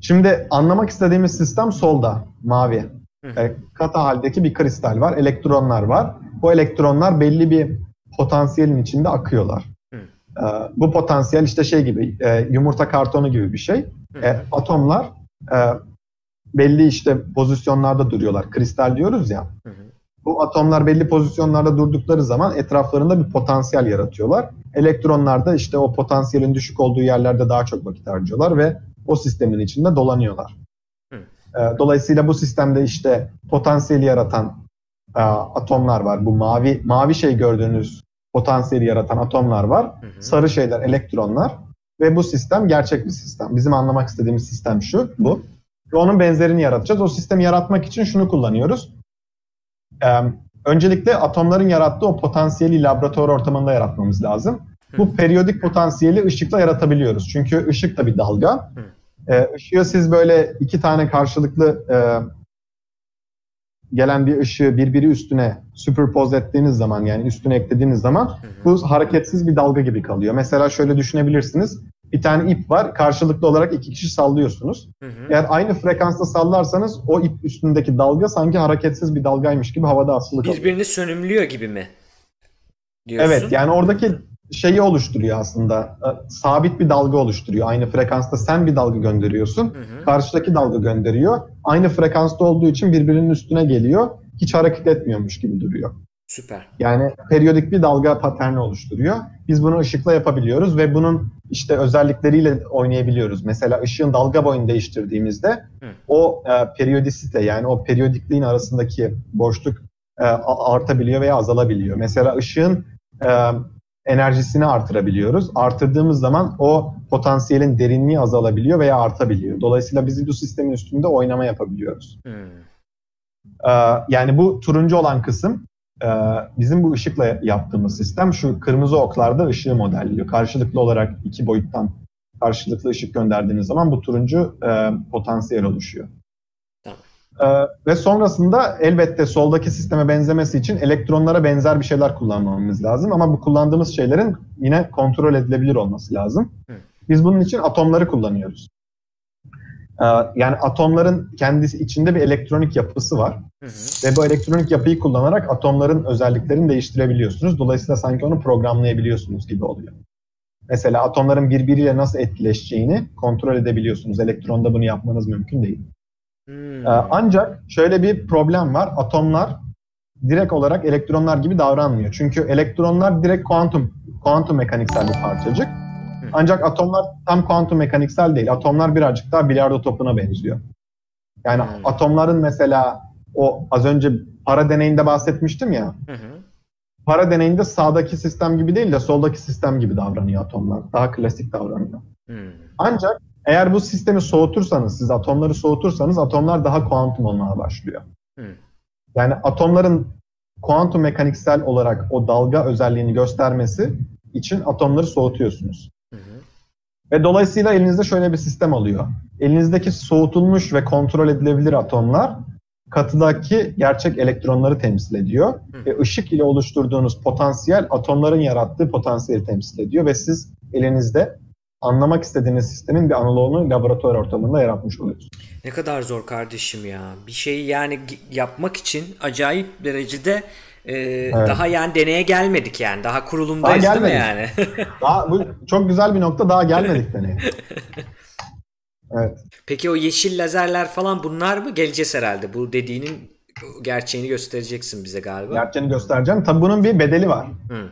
Şimdi anlamak istediğimiz sistem solda, mavi. Katı haldeki bir kristal var, elektronlar var. Bu elektronlar belli bir potansiyelin içinde akıyorlar. Bu potansiyel işte şey gibi, yumurta kartonu gibi bir şey. Atomlar belli işte pozisyonlarda duruyorlar. Kristal diyoruz ya. Bu atomlar belli pozisyonlarda durdukları zaman etraflarında bir potansiyel yaratıyorlar. Elektronlar da işte o potansiyelin düşük olduğu yerlerde daha çok vakit harcıyorlar ve o sistemin içinde dolanıyorlar. Dolayısıyla bu sistemde işte potansiyeli yaratan atomlar var. Bu mavi şey gördüğünüz potansiyeli yaratan atomlar var. Sarı şeyler elektronlar ve bu sistem gerçek bir sistem. Bizim anlamak istediğimiz sistem bu. Ve onun benzerini yaratacağız. O sistemi yaratmak için şunu kullanıyoruz. Öncelikle atomların yarattığı o potansiyeli laboratuvar ortamında yaratmamız lazım. Bu periyodik potansiyeli ışıkla yaratabiliyoruz. Çünkü ışık da bir dalga. Işığı siz böyle iki tane karşılıklı gelen bir ışığı birbiri üstüne superpose ettiğiniz zaman, yani üstüne eklediğiniz zaman bu hareketsiz bir dalga gibi kalıyor. Mesela şöyle düşünebilirsiniz. Bir tane ip var. Karşılıklı olarak iki kişi sallıyorsunuz. Eğer aynı frekansta sallarsanız o ip üstündeki dalga sanki hareketsiz bir dalgaymış gibi havada asılı kalıyor. Birbirini sönümlüyor gibi mi diyorsun? Evet, yani oradaki şeyi oluşturuyor aslında. Sabit bir dalga oluşturuyor. Aynı frekansta sen bir dalga gönderiyorsun. Karşıdaki dalga gönderiyor. Aynı frekansta olduğu için birbirinin üstüne geliyor. Hiç hareket etmiyormuş gibi duruyor. Süper. Yani periyodik bir dalga paterni oluşturuyor. Biz bunu ışıkla yapabiliyoruz ve bunun işte özellikleriyle oynayabiliyoruz. Mesela ışığın dalga boyunu değiştirdiğimizde o periyodisite, yani o periyodikliğin arasındaki boşluk artabiliyor veya azalabiliyor. Mesela ışığın enerjisini artırabiliyoruz. Artırdığımız zaman o potansiyelin derinliği azalabiliyor veya artabiliyor. Dolayısıyla biz bu sistemin üstünde oynama yapabiliyoruz. Yani bu turuncu olan kısım bizim bu ışıkla yaptığımız sistem. Şu kırmızı oklarda ışığı modelliyor. Karşılıklı olarak iki boyuttan karşılıklı ışık gönderdiğiniz zaman bu turuncu potansiyel oluşuyor. Ve sonrasında elbette soldaki sisteme benzemesi için elektronlara benzer bir şeyler kullanmamız lazım. Ama bu kullandığımız şeylerin yine kontrol edilebilir olması lazım. Biz bunun için atomları kullanıyoruz. Yani atomların kendisi içinde bir elektronik yapısı var. Ve bu elektronik yapıyı kullanarak atomların özelliklerini değiştirebiliyorsunuz. Dolayısıyla sanki onu programlayabiliyorsunuz gibi oluyor. Mesela atomların birbiriyle nasıl etkileşeceğini kontrol edebiliyorsunuz. Elektronda bunu yapmanız mümkün değil. Ancak şöyle bir problem var. Atomlar direkt olarak elektronlar gibi davranmıyor. Çünkü elektronlar direkt kuantum mekaniksel bir parçacık. Ancak atomlar tam kuantum mekaniksel değil. Atomlar birazcık daha bilardo topuna benziyor. Yani atomların mesela o az önce para deneyinde bahsetmiştim ya. Para deneyinde sağdaki sistem gibi değil de soldaki sistem gibi davranıyor atomlar. Daha klasik davranıyor. Ancak eğer bu sistemi soğutursanız, siz atomları soğutursanız atomlar daha kuantum olmaya başlıyor. Yani atomların kuantum mekaniksel olarak o dalga özelliğini göstermesi için atomları soğutuyorsunuz. Ve dolayısıyla elinizde şöyle bir sistem oluyor. Elinizdeki soğutulmuş ve kontrol edilebilir atomlar katıdaki gerçek elektronları temsil ediyor. Ve ışık ile oluşturduğunuz potansiyel atomların yarattığı potansiyeli temsil ediyor. Ve siz elinizde anlamak istediğiniz sistemin bir analoğunu laboratuvar ortamında yaratmış oluyorsunuz. Ne kadar zor kardeşim ya. Bir şeyi yani yapmak için acayip derecede evet. Daha yani deneye gelmedik yani. Daha kurulumdayız değil mi yani? Bu çok güzel bir nokta, daha gelmedik deneye. Evet. Peki o yeşil lazerler falan bunlar mı? Geleceğiz herhalde. Bu dediğinin gerçeğini göstereceksin bize galiba. Gerçeğini göstereceğim. Tabii bunun bir bedeli var.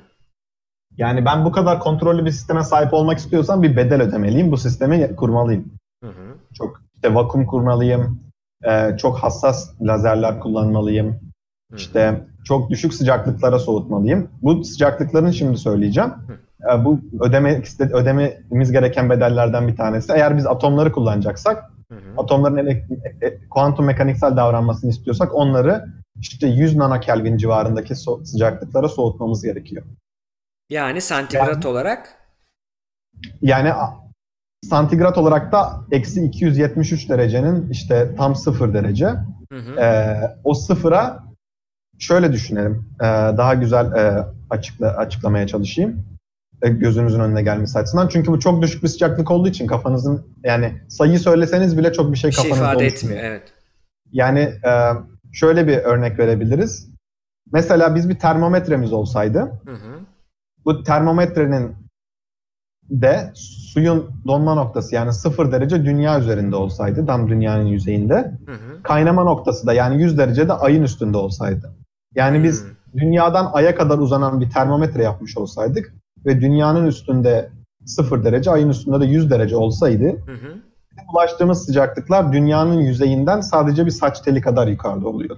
Yani ben bu kadar kontrollü bir sisteme sahip olmak istiyorsam bir bedel ödemeliyim. Bu sistemi kurmalıyım. Çok işte vakum kurmalıyım. Çok hassas lazerler kullanmalıyım. İşte çok düşük sıcaklıklara soğutmalıyım. Bu sıcaklıkların şimdi söyleyeceğim. Bu ödememiz gereken bedellerden bir tanesi. Eğer biz atomları kullanacaksak, atomların kuantum mekaniksel davranmasını istiyorsak onları işte 100 nanokelvin civarındaki sıcaklıklara soğutmamız gerekiyor. Yani santigrat olarak? Yani santigrat olarak da eksi 273 derecenin işte tam 0 derece. O sıfıra şöyle düşünelim. Daha güzel açıklamaya çalışayım. gözünüzün önüne gelmesi açısından. Çünkü bu çok düşük bir sıcaklık olduğu için kafanızın, yani sayı söyleseniz bile çok bir şey kafanızda ifade etmiyor. Evet. Yani şöyle bir örnek verebiliriz. Mesela biz bir termometremiz olsaydı, bu termometrenin de suyun donma noktası yani 0 derece dünya üzerinde olsaydı, tam dünyanın yüzeyinde, kaynama noktası da yani 100 derecede ayın üstünde olsaydı. Yani biz dünyadan aya kadar uzanan bir termometre yapmış olsaydık ve dünyanın üstünde 0 derece, ayın üstünde de 100 derece olsaydı, ulaştığımız sıcaklıklar dünyanın yüzeyinden sadece bir saç teli kadar yukarıda oluyor.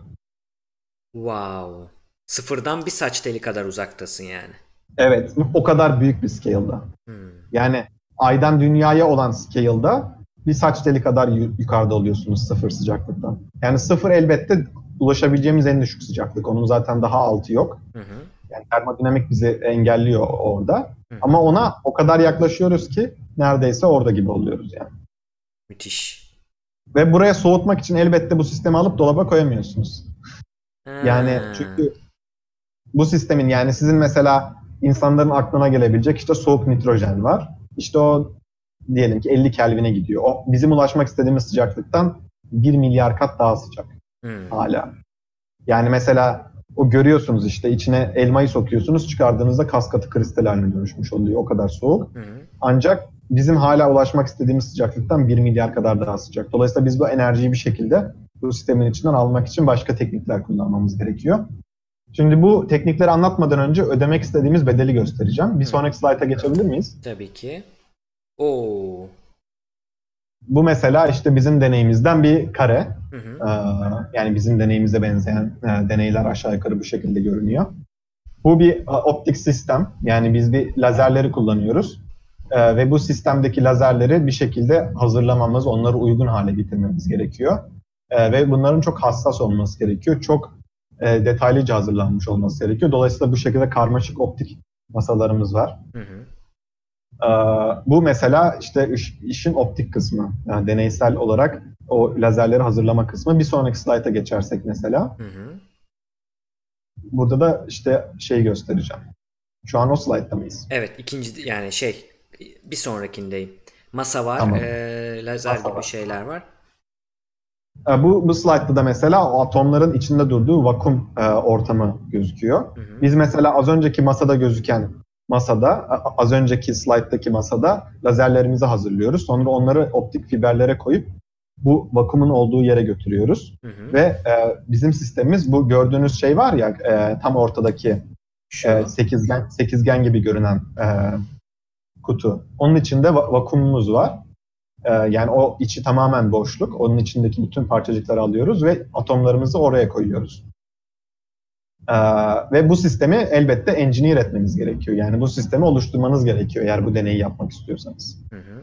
Wow. Sıfırdan bir saç teli kadar uzaktasın yani. Evet, o kadar büyük bir scale'da. Yani aydan dünyaya olan scale'da bir saç teli kadar yukarıda oluyorsunuz sıfır sıcaklıktan. Yani sıfır elbette ulaşabileceğimiz en düşük sıcaklık. Onun zaten daha altı yok. Yani termodinamik bizi engelliyor orada. Ama ona o kadar yaklaşıyoruz ki neredeyse orada gibi oluyoruz yani. Müthiş. Ve buraya soğutmak için elbette bu sistemi alıp dolaba koyamıyorsunuz. Yani çünkü bu sistemin, yani sizin mesela insanların aklına gelebilecek işte soğuk nitrojen var. İşte o diyelim ki 50 Kelvin'e gidiyor. O bizim ulaşmak istediğimiz sıcaklıktan 1 milyar kat daha sıcak hala. Yani mesela o görüyorsunuz işte içine elmayı sokuyorsunuz, çıkardığınızda kas katı kristal haline dönüşmüş oluyor. O kadar soğuk. Ancak bizim hala ulaşmak istediğimiz sıcaklıktan 1 milyar kadar daha sıcak. Dolayısıyla biz bu enerjiyi bir şekilde bu sistemin içinden almak için başka teknikler kullanmamız gerekiyor. Şimdi bu teknikleri anlatmadan önce ödemek istediğimiz bedeli göstereceğim. Bir sonraki slayta geçebilir miyiz? Tabii ki. Oo. Bu mesela işte bizim deneyimizden bir kare. Yani bizim deneyimize benzeyen deneyler aşağı yukarı bu şekilde görünüyor. Bu bir optik sistem. Yani biz bir lazerleri kullanıyoruz. Ve bu sistemdeki lazerleri bir şekilde hazırlamamız, onları uygun hale getirmemiz gerekiyor. Ve bunların çok hassas olması gerekiyor. Çok detaylıca hazırlanmış olması gerekiyor. Dolayısıyla bu şekilde karmaşık optik masalarımız var. Bu mesela işte işin optik kısmı. Yani deneysel olarak o lazerleri hazırlama kısmı. Bir sonraki slayta geçersek mesela. Burada da işte şeyi göstereceğim. Şu an o slaytta mıyız? Evet, ikinci yani bir sonrakindeyim. Masa var, tamam. lazer masa gibi var. Şeyler var. Bu slaytta da mesela o atomların içinde durduğu vakum ortamı gözüküyor. Biz mesela az önceki masada gözüken az önceki slayttaki masada lazerlerimizi hazırlıyoruz. Sonra onları optik fiberlere koyup bu vakumun olduğu yere götürüyoruz. Ve bizim sistemimiz, bu gördüğünüz şey var ya tam ortadaki sekizgen gibi görünen kutu. Onun içinde vakumumuz var. Yani o içi tamamen boşluk. Onun içindeki bütün parçacıkları alıyoruz ve atomlarımızı oraya koyuyoruz. Ve bu sistemi elbette engineer etmeniz gerekiyor. Yani bu sistemi oluşturmanız gerekiyor eğer bu deneyi yapmak istiyorsanız.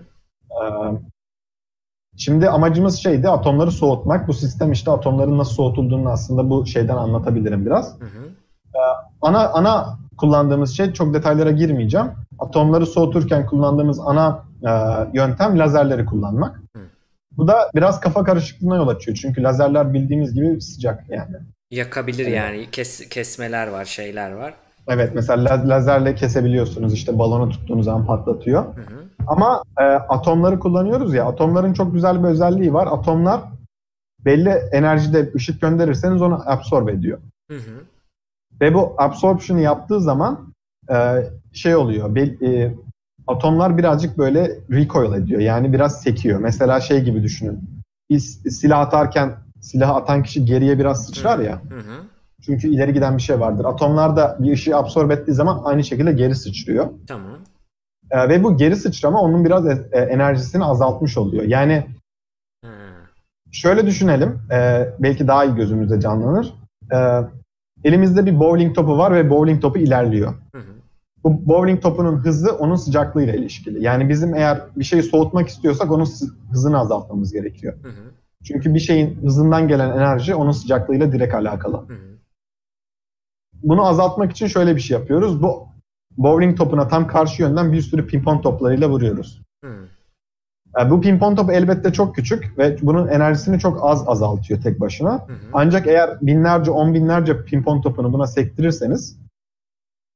Şimdi amacımız şeydi, atomları soğutmak. Bu sistem işte atomların nasıl soğutulduğunu aslında bu şeyden anlatabilirim biraz. Ana kullandığımız şey, çok detaylara girmeyeceğim. Atomları soğuturken kullandığımız ana yöntem lazerleri kullanmak. Bu da biraz kafa karışıklığına yol açıyor. Çünkü lazerler bildiğimiz gibi sıcak yani. Yakabilir yani. Kesmeler var, şeyler var. Evet, mesela lazerle kesebiliyorsunuz. İşte balonu tuttuğunuz zaman patlatıyor. Ama atomları kullanıyoruz ya. Atomların çok güzel bir özelliği var. Atomlar belli enerjide ışık gönderirseniz onu absorbe ediyor. Ve bu absorption'ı yaptığı zaman şey oluyor. Atomlar birazcık böyle recoil ediyor. Yani biraz sekiyor. Mesela şey gibi düşünün. Biz silah atarken silahı atan kişi geriye biraz sıçrar ya. Çünkü ileri giden bir şey vardır. Atomlar da bir ışığı absorbe ettiği zaman aynı şekilde geri sıçrıyor. Tamam. Ve bu geri sıçrama onun biraz enerjisini azaltmış oluyor. Yani şöyle düşünelim. Belki daha iyi gözümüzde canlanır. Elimizde bir bowling topu var ve bowling topu ilerliyor. Bu bowling topunun hızı onun sıcaklığıyla ilişkili. Yani bizim eğer bir şeyi soğutmak istiyorsak onun hızını azaltmamız gerekiyor. Çünkü bir şeyin hızından gelen enerji onun sıcaklığıyla direkt alakalı. Bunu azaltmak için şöyle bir şey yapıyoruz. Bu bowling topuna tam karşı yönden bir sürü pimpon toplarıyla vuruyoruz. Bu pimpon topu elbette çok küçük ve bunun enerjisini çok az azaltıyor tek başına. Ancak eğer binlerce, on binlerce pimpon topunu buna sektirirseniz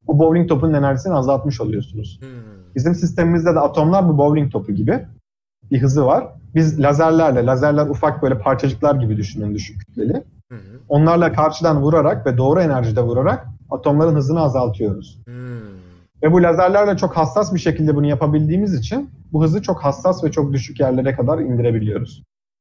o bowling topunun enerjisini azaltmış oluyorsunuz. Bizim sistemimizde de atomlar bu bowling topu gibi bir hızı var. Biz lazerler ufak böyle parçacıklar gibi düşünün, düşük kütleli. Onlarla karşıdan vurarak ve doğru enerjide vurarak atomların hızını azaltıyoruz. Ve bu lazerlerle çok hassas bir şekilde bunu yapabildiğimiz için bu hızı çok hassas ve çok düşük yerlere kadar indirebiliyoruz.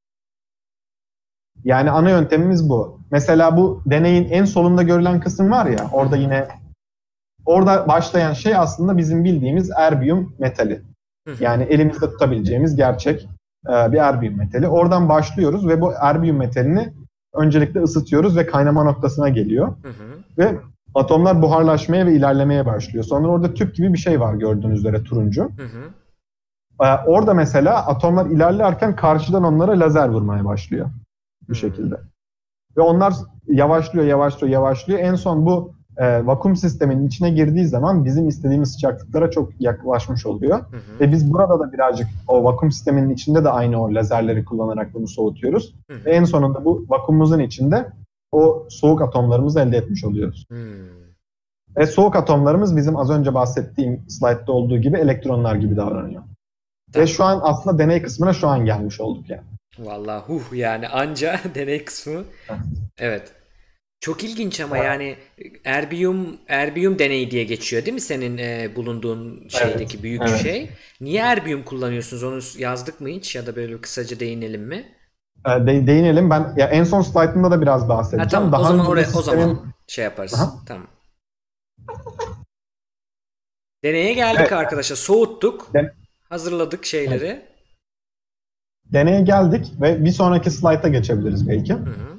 Yani ana yöntemimiz bu. Mesela bu deneyin en solunda görülen kısım var ya, orada başlayan şey aslında bizim bildiğimiz erbium metali. Yani elimizde tutabileceğimiz gerçek bir erbium metali. Oradan başlıyoruz ve bu erbium metalini öncelikle ısıtıyoruz ve kaynama noktasına geliyor. Ve atomlar buharlaşmaya ve ilerlemeye başlıyor. Sonra orada tüp gibi bir şey var gördüğünüz üzere, turuncu. Orada mesela atomlar ilerlerken karşıdan onlara lazer vurmaya başlıyor. Bu şekilde. Ve onlar yavaşlıyor. En son bu vakum sisteminin içine girdiği zaman bizim istediğimiz sıcaklıklara çok yaklaşmış oluyor. Ve biz burada da birazcık o vakum sisteminin içinde de aynı o lazerleri kullanarak bunu soğutuyoruz. Ve en sonunda bu vakumumuzun içinde o soğuk atomlarımızı elde etmiş oluyoruz. Ve soğuk atomlarımız bizim az önce bahsettiğim slaytta olduğu gibi elektronlar gibi davranıyor. Ve şu an aslında deney kısmına şu an gelmiş olduk yani. Vallahi yani anca deney kısmı. Evet. Çok ilginç ama yani erbium deneyi diye geçiyor değil mi senin bulunduğun şeydeki büyük şey? Niye erbium kullanıyorsunuz? Onu yazdık mı hiç ya da böyle kısaca değinelim mi? Değinelim. Ben ya en son slaytımda da biraz bahsedeceğim. Tamam. Daha o zaman şey yaparız. Tamam. Deneye geldik arkadaşlar. Soğuttuk. Hazırladık şeyleri. Deneye geldik ve bir sonraki slayta geçebiliriz belki.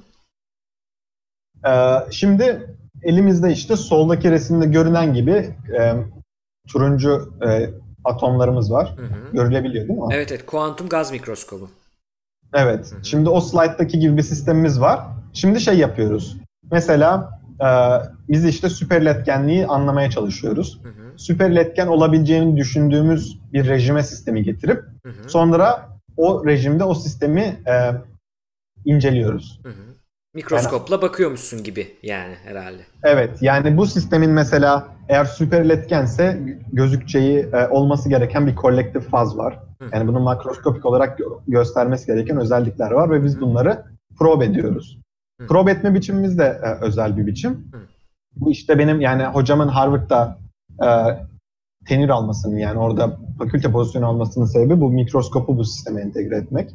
Şimdi elimizde işte soldaki resimde görünen gibi turuncu atomlarımız var. Görülebiliyor değil mi? Evet. Kuantum gaz mikroskobu. Evet. Şimdi o slayttaki gibi bir sistemimiz var. Şimdi şey yapıyoruz. Mesela biz işte süperiletkenliği anlamaya çalışıyoruz. Süperiletken olabileceğini düşündüğümüz bir rejime sistemi getirip sonra o rejimde o sistemi inceliyoruz. Mikroskopla bakıyormuşsun gibi yani herhalde. Evet, yani bu sistemin mesela eğer süperiletkense gözükeceği olması gereken bir kolektif faz var. Yani bunu makroskopik olarak göstermesi gereken özellikler var ve biz bunları probe ediyoruz. Probe etme biçimimiz de özel bir biçim. Bu işte benim yani hocamın Harvard'da tenür almasının, yani orada fakülte pozisyonu almasının sebebi bu mikroskopu bu sisteme entegre etmek.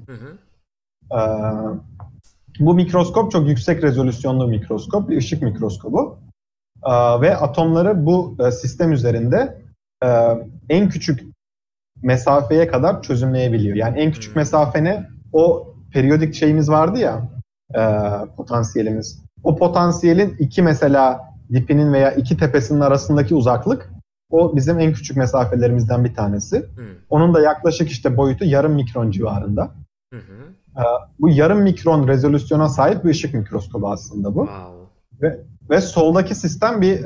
Bu mikroskop çok yüksek rezolüsyonlu bir mikroskop, bir ışık mikroskobu. Ve atomları bu sistem üzerinde en küçük mesafeye kadar çözümleyebiliyor. Yani en küçük mesafe ne? O periyodik şeyimiz vardı ya, potansiyelimiz. O potansiyelin iki mesela dipinin veya iki tepesinin arasındaki uzaklık, o bizim en küçük mesafelerimizden bir tanesi. Onun da yaklaşık işte boyutu yarım mikron civarında. Bu yarım mikron rezolüsyona sahip bir ışık mikroskobu aslında bu. Ve soldaki sistem bir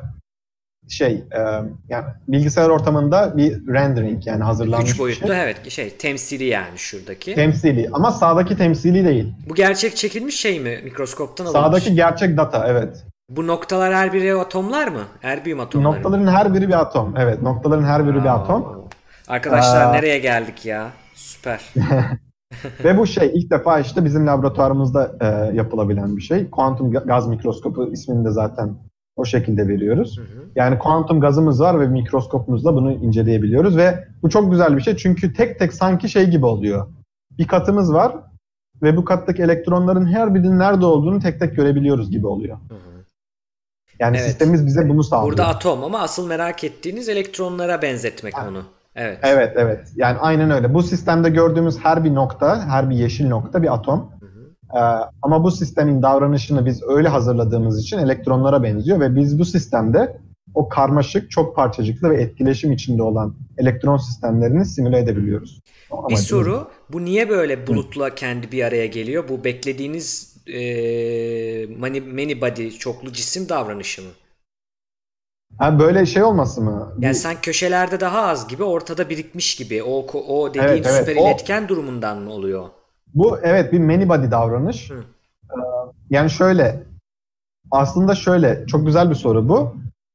yani bilgisayar ortamında bir rendering, yani hazırlanmış 3 boyutlu bir şey. Temsili yani şuradaki. Temsili ama sağdaki temsili değil. Bu gerçek çekilmiş şey mi? Mikroskoptan alınmış. Sağdaki gerçek data, evet. Bu noktalar her biri atomlar mı? Erbium atomları mı? Noktaların her biri bir atom. Evet, noktaların her biri bir atom. Arkadaşlar nereye geldik ya? Süper. Ve bu ilk defa işte bizim laboratuvarımızda yapılabilen bir şey. Kuantum gaz mikroskopu ismini de zaten o şekilde veriyoruz. Yani kuantum gazımız var ve mikroskopumuzla bunu inceleyebiliyoruz ve bu çok güzel bir şey çünkü tek tek sanki şey gibi oluyor. Bir katımız var ve bu kattaki elektronların her birinin nerede olduğunu tek tek görebiliyoruz gibi oluyor. Yani sistemimiz bize bunu sağlıyor. Burada atom ama asıl merak ettiğiniz elektronlara benzetmek onu. Evet. Evet. Yani aynen öyle. Bu sistemde gördüğümüz her bir nokta, her bir yeşil nokta bir atom. Ama bu sistemin davranışını biz öyle hazırladığımız için elektronlara benziyor ve biz bu sistemde o karmaşık, çok parçacıklı ve etkileşim içinde olan elektron sistemlerini simüle edebiliyoruz. Bir soru, bu niye böyle bulutla kendi bir araya geliyor? Bu beklediğiniz many body, çoklu cisim davranışı mı? Böyle şey olması mı? Yani sen köşelerde daha az gibi, ortada birikmiş gibi. O dediğin süper iletken durumundan mı oluyor? Bu bir many body davranış. Yani aslında şöyle, çok güzel bir soru bu.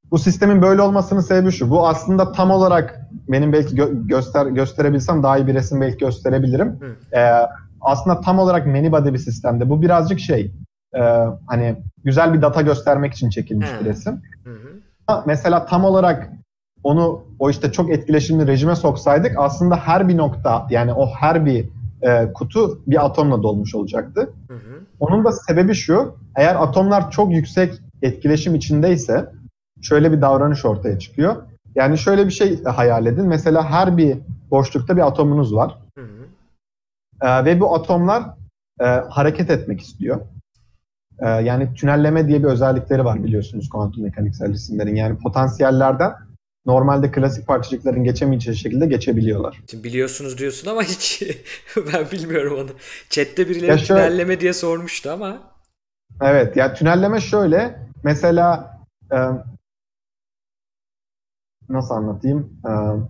Bu sistemin böyle olmasının sebebi şu. Bu aslında tam olarak benim belki gösterebilsem daha iyi bir resim belki gösterebilirim. Aslında tam olarak many-body bir sistemde. Bu birazcık hani güzel bir data göstermek için çekilmiş bir resim. Ama mesela tam olarak o işte çok etkileşimli rejime soksaydık aslında her bir nokta, yani o her bir kutu bir atomla dolmuş olacaktı. Onun da sebebi şu: eğer atomlar çok yüksek etkileşim içindeyse şöyle bir davranış ortaya çıkıyor. Yani şöyle bir şey hayal edin. Mesela her bir boşlukta bir atomunuz var. Ve bu atomlar hareket etmek istiyor. Yani tünelleme diye bir özellikleri var biliyorsunuz kuantum mekaniksel cisimlerin. Yani potansiyellerden normalde klasik parçacıkların geçemeyeceği şekilde geçebiliyorlar. Şimdi biliyorsunuz diyorsun ama hiç ben bilmiyorum onu. Chat'te birileri tünelleme diye sormuştu ama. Evet, ya tünelleme şöyle. Mesela nasıl anlatayım?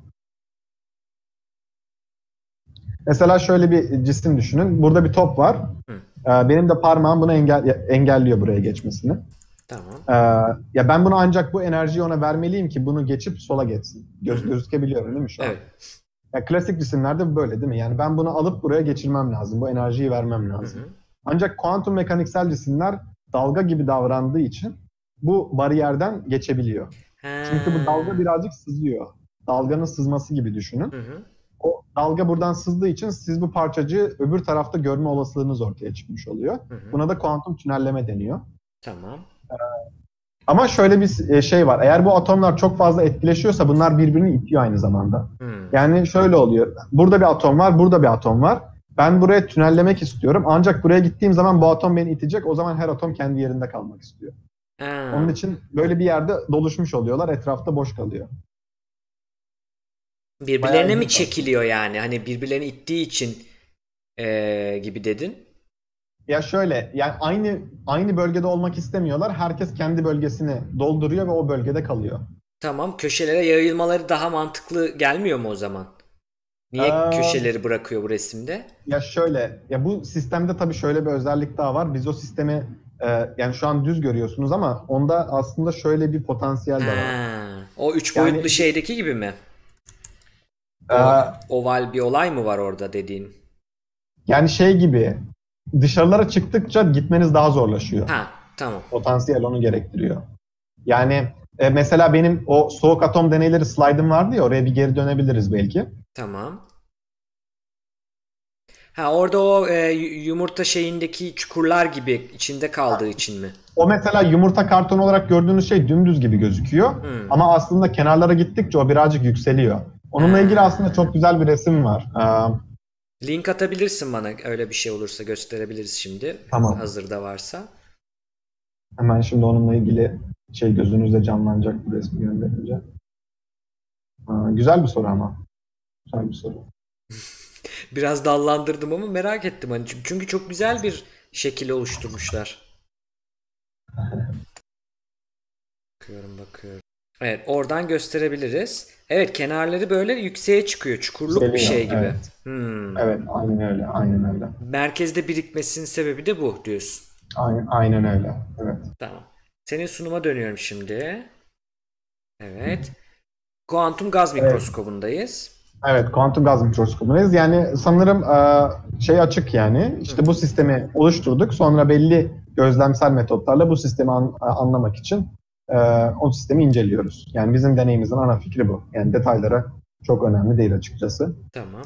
Mesela şöyle bir cisim düşünün. Burada bir top var. Benim de parmağım bunu engelliyor buraya geçmesini. Tamam. Ya ben bunu ancak bu enerjiyi ona vermeliyim ki bunu geçip sola geçsin. Gözükebiliyorum değil mi şu an? Evet. Ya klasik cisimlerde böyle değil mi? Yani ben bunu alıp buraya geçirmem lazım. Bu enerjiyi vermem lazım. Ancak kuantum mekaniksel cisimler dalga gibi davrandığı için bu bariyerden geçebiliyor. Çünkü bu dalga birazcık sızıyor. Dalganın sızması gibi düşünün. O dalga buradan sızdığı için siz bu parçacığı öbür tarafta görme olasılığınız ortaya çıkmış oluyor. Buna da kuantum tünelleme deniyor. Tamam. Ama şöyle bir şey var. Eğer bu atomlar çok fazla etkileşiyorsa bunlar birbirini itiyor aynı zamanda. Yani şöyle oluyor. Burada bir atom var, burada bir atom var. Ben buraya tünellemek istiyorum. Ancak buraya gittiğim zaman bu atom beni itecek. O zaman her atom kendi yerinde kalmak istiyor. Onun için böyle bir yerde doluşmuş oluyorlar. Etrafta boş kalıyor. Birbirlerine mi çekiliyor yani? Hani birbirlerini ittiği için gibi dedin. Ya şöyle, yani aynı bölgede olmak istemiyorlar. Herkes kendi bölgesini dolduruyor ve o bölgede kalıyor. Tamam, köşelere yayılmaları daha mantıklı gelmiyor mu o zaman? Niye köşeleri bırakıyor bu resimde? Ya şöyle, ya bu sistemde tabii şöyle bir özellik daha var. Biz o sistemi yani şu an düz görüyorsunuz ama onda aslında şöyle bir potansiyel de var. O üç boyutlu şeydeki gibi mi? Oval bir olay mı var orada dediğin? Yani şey gibi, dışarılara çıktıkça gitmeniz daha zorlaşıyor. Tamam. Potansiyel onu gerektiriyor. Yani mesela benim o soğuk atom deneyleri slaydım vardı ya, oraya bir geri dönebiliriz belki. Tamam. Orada o yumurta şeyindeki çukurlar gibi içinde kaldığı için mi? O mesela yumurta kartonu olarak gördüğünüz şey dümdüz gibi gözüküyor. Ama aslında kenarlara gittikçe o birazcık yükseliyor. Onunla ilgili aslında çok güzel bir resim var. Link atabilirsin bana, öyle bir şey olursa gösterebiliriz şimdi. Tamam. Hazırda varsa. Hemen şimdi onunla ilgili gözünüzde canlanacak bu resmi gönderince. Güzel bir soru ama. Güzel bir soru. Biraz dallandırdım ama merak ettim. Hani çünkü çok güzel bir şekil oluşturmuşlar. Bakıyorum. Evet, oradan gösterebiliriz. Evet, kenarları böyle yükseğe çıkıyor. Çukurluk bir şey gibi. Evet. Evet, aynen öyle. Merkezde birikmesinin sebebi de bu diyorsun. Aynen öyle. Evet. Tamam. Senin sunuma dönüyorum şimdi. Evet. Kuantum gaz mikroskobundayız. Evet, kuantum gaz mikroskobundayız. Yani sanırım açık yani. İşte bu sistemi oluşturduk. Sonra belli gözlemsel metotlarla bu sistemi anlamak için o sistemi inceliyoruz. Yani bizim deneyimizin ana fikri bu. Yani detaylara çok önemli değil açıkçası. Tamam.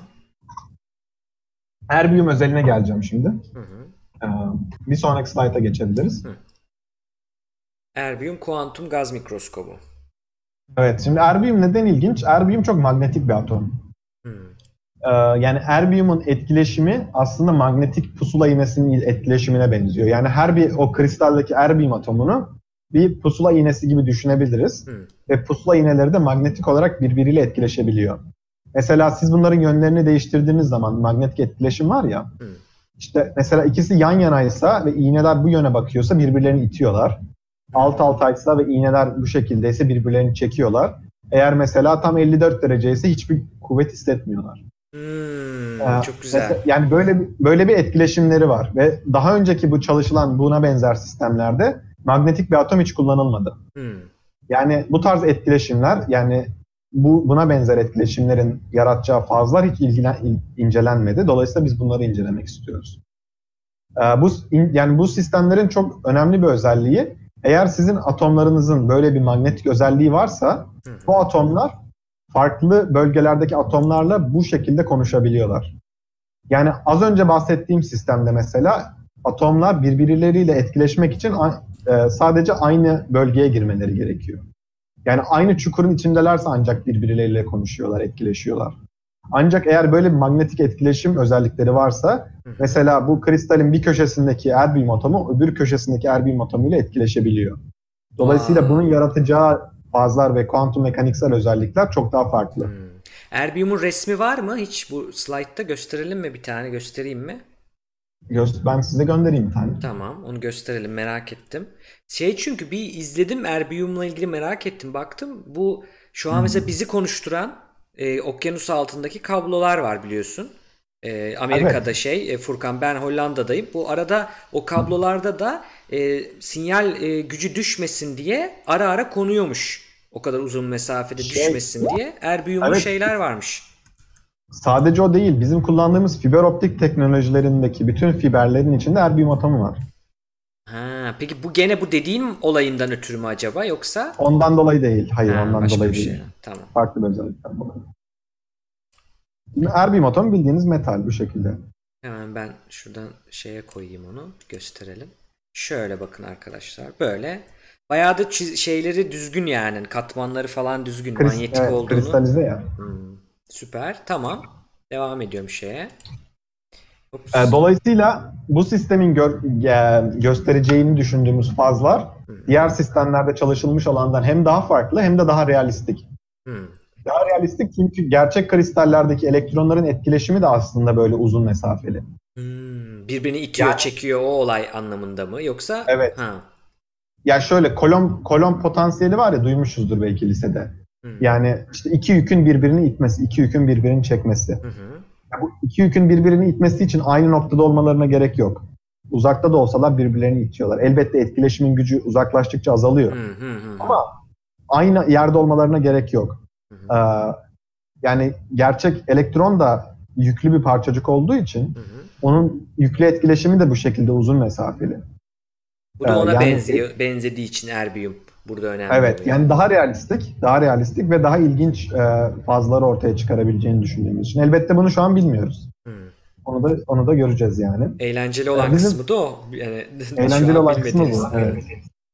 Erbium özeline geleceğim şimdi. Bir sonraki slayta geçebiliriz. Erbium kuantum gaz mikroskobu. Evet, şimdi erbium neden ilginç? Erbium çok manyetik bir atom. Yani erbiumun etkileşimi aslında manyetik pusula iğnesinin etkileşimine benziyor. Yani her bir o kristaldeki erbium atomunu bir pusula iğnesi gibi düşünebiliriz. Ve pusula iğneleri de manyetik olarak birbiriyle etkileşebiliyor. Mesela siz bunların yönlerini değiştirdiğiniz zaman manyetik etkileşim var ya, işte mesela ikisi yan yanaysa ve iğneler bu yöne bakıyorsa birbirlerini itiyorlar. Alt altaysa ve iğneler bu şekildeyse birbirlerini çekiyorlar. Eğer mesela tam 54 derece ise hiçbir kuvvet hissetmiyorlar. Çok güzel. Mesela, yani böyle bir etkileşimleri var ve daha önceki bu çalışılan buna benzer sistemlerde manyetik bir atom hiç kullanılmadı. Yani bu tarz etkileşimler, yani buna benzer etkileşimlerin yaratacağı fazlar hiç incelenmedi. Dolayısıyla biz bunları incelemek istiyoruz. Yani bu sistemlerin çok önemli bir özelliği, eğer sizin atomlarınızın böyle bir manyetik özelliği varsa bu atomlar farklı bölgelerdeki atomlarla bu şekilde konuşabiliyorlar. Yani az önce bahsettiğim sistemde mesela atomlar birbirleriyle etkileşmek için sadece aynı bölgeye girmeleri gerekiyor. Yani aynı çukurun içindelerse ancak birbirleriyle konuşuyorlar, etkileşiyorlar. Ancak eğer böyle bir manyetik etkileşim özellikleri varsa, mesela bu kristalin bir köşesindeki erbiyum atomu öbür köşesindeki erbiyum atomuyla etkileşebiliyor. Dolayısıyla bunun yaratacağı fazlar ve kuantum mekaniksel özellikler çok daha farklı. Erbiyumun resmi var mı? Hiç bu slaytta gösterelim mi? Bir tane göstereyim mi? Ben size göndereyim bir tane. Tamam, onu gösterelim, merak ettim. Çünkü bir izledim, erbiyumla ilgili merak ettim, baktım. Bu şu an mesela bizi konuşturan okyanus altındaki kablolar var biliyorsun. Amerika'da Furkan, ben Hollanda'dayım. Bu arada o kablolarda da sinyal gücü düşmesin diye ara ara konuyormuş. O kadar uzun mesafede düşmesin diye erbiyumlu şeyler varmış. Sadece o değil. Bizim kullandığımız fiber optik teknolojilerindeki bütün fiberlerin içinde erbiyum atomu var. Peki bu gene bu dediğin olayından ötürü mü acaba, yoksa? Ondan dolayı değil. Hayır, ondan dolayı değil. Şey. Tamam. Farklı bir özellikten dolayı. Erbiyum atomu bildiğiniz metal bu şekilde. Hemen ben şuradan koyayım, onu gösterelim. Şöyle bakın arkadaşlar, böyle. Bayağı da şeyleri düzgün, yani katmanları falan düzgün, manyetik olduğunu. Kristalize ya. Süper, tamam. Devam ediyorum Dolayısıyla bu sistemin göstereceğini düşündüğümüz fazlar diğer sistemlerde çalışılmış olandan hem daha farklı hem de daha realistik. Daha realistik çünkü gerçek kristallerdeki elektronların etkileşimi de aslında böyle uzun mesafeli. Birbirini itiyor, çekiyor, o olay anlamında mı, yoksa? Evet. Ya şöyle, Coulomb potansiyeli var ya, duymuşuzdur belki lisede. Yani işte iki yükün birbirini itmesi, iki yükün birbirini çekmesi. Bu iki yükün birbirini itmesi için aynı noktada olmalarına gerek yok. Uzakta da olsalar birbirlerini itiyorlar. Elbette etkileşimin gücü uzaklaştıkça azalıyor. Ama aynı yerde olmalarına gerek yok. Yani gerçek elektron da yüklü bir parçacık olduğu için onun yüklü etkileşimi de bu şekilde uzun mesafeli. Bu da ona benzediği için erbiyum burada önemli. Evet, yani daha realistik ve daha ilginç fazları ortaya çıkarabileceğini düşündüğümüz için. Elbette bunu şu an bilmiyoruz. Onu da göreceğiz yani. Eğlenceli olan kısmı da o. Yani eğlenceli olan kısmı bu. Evet.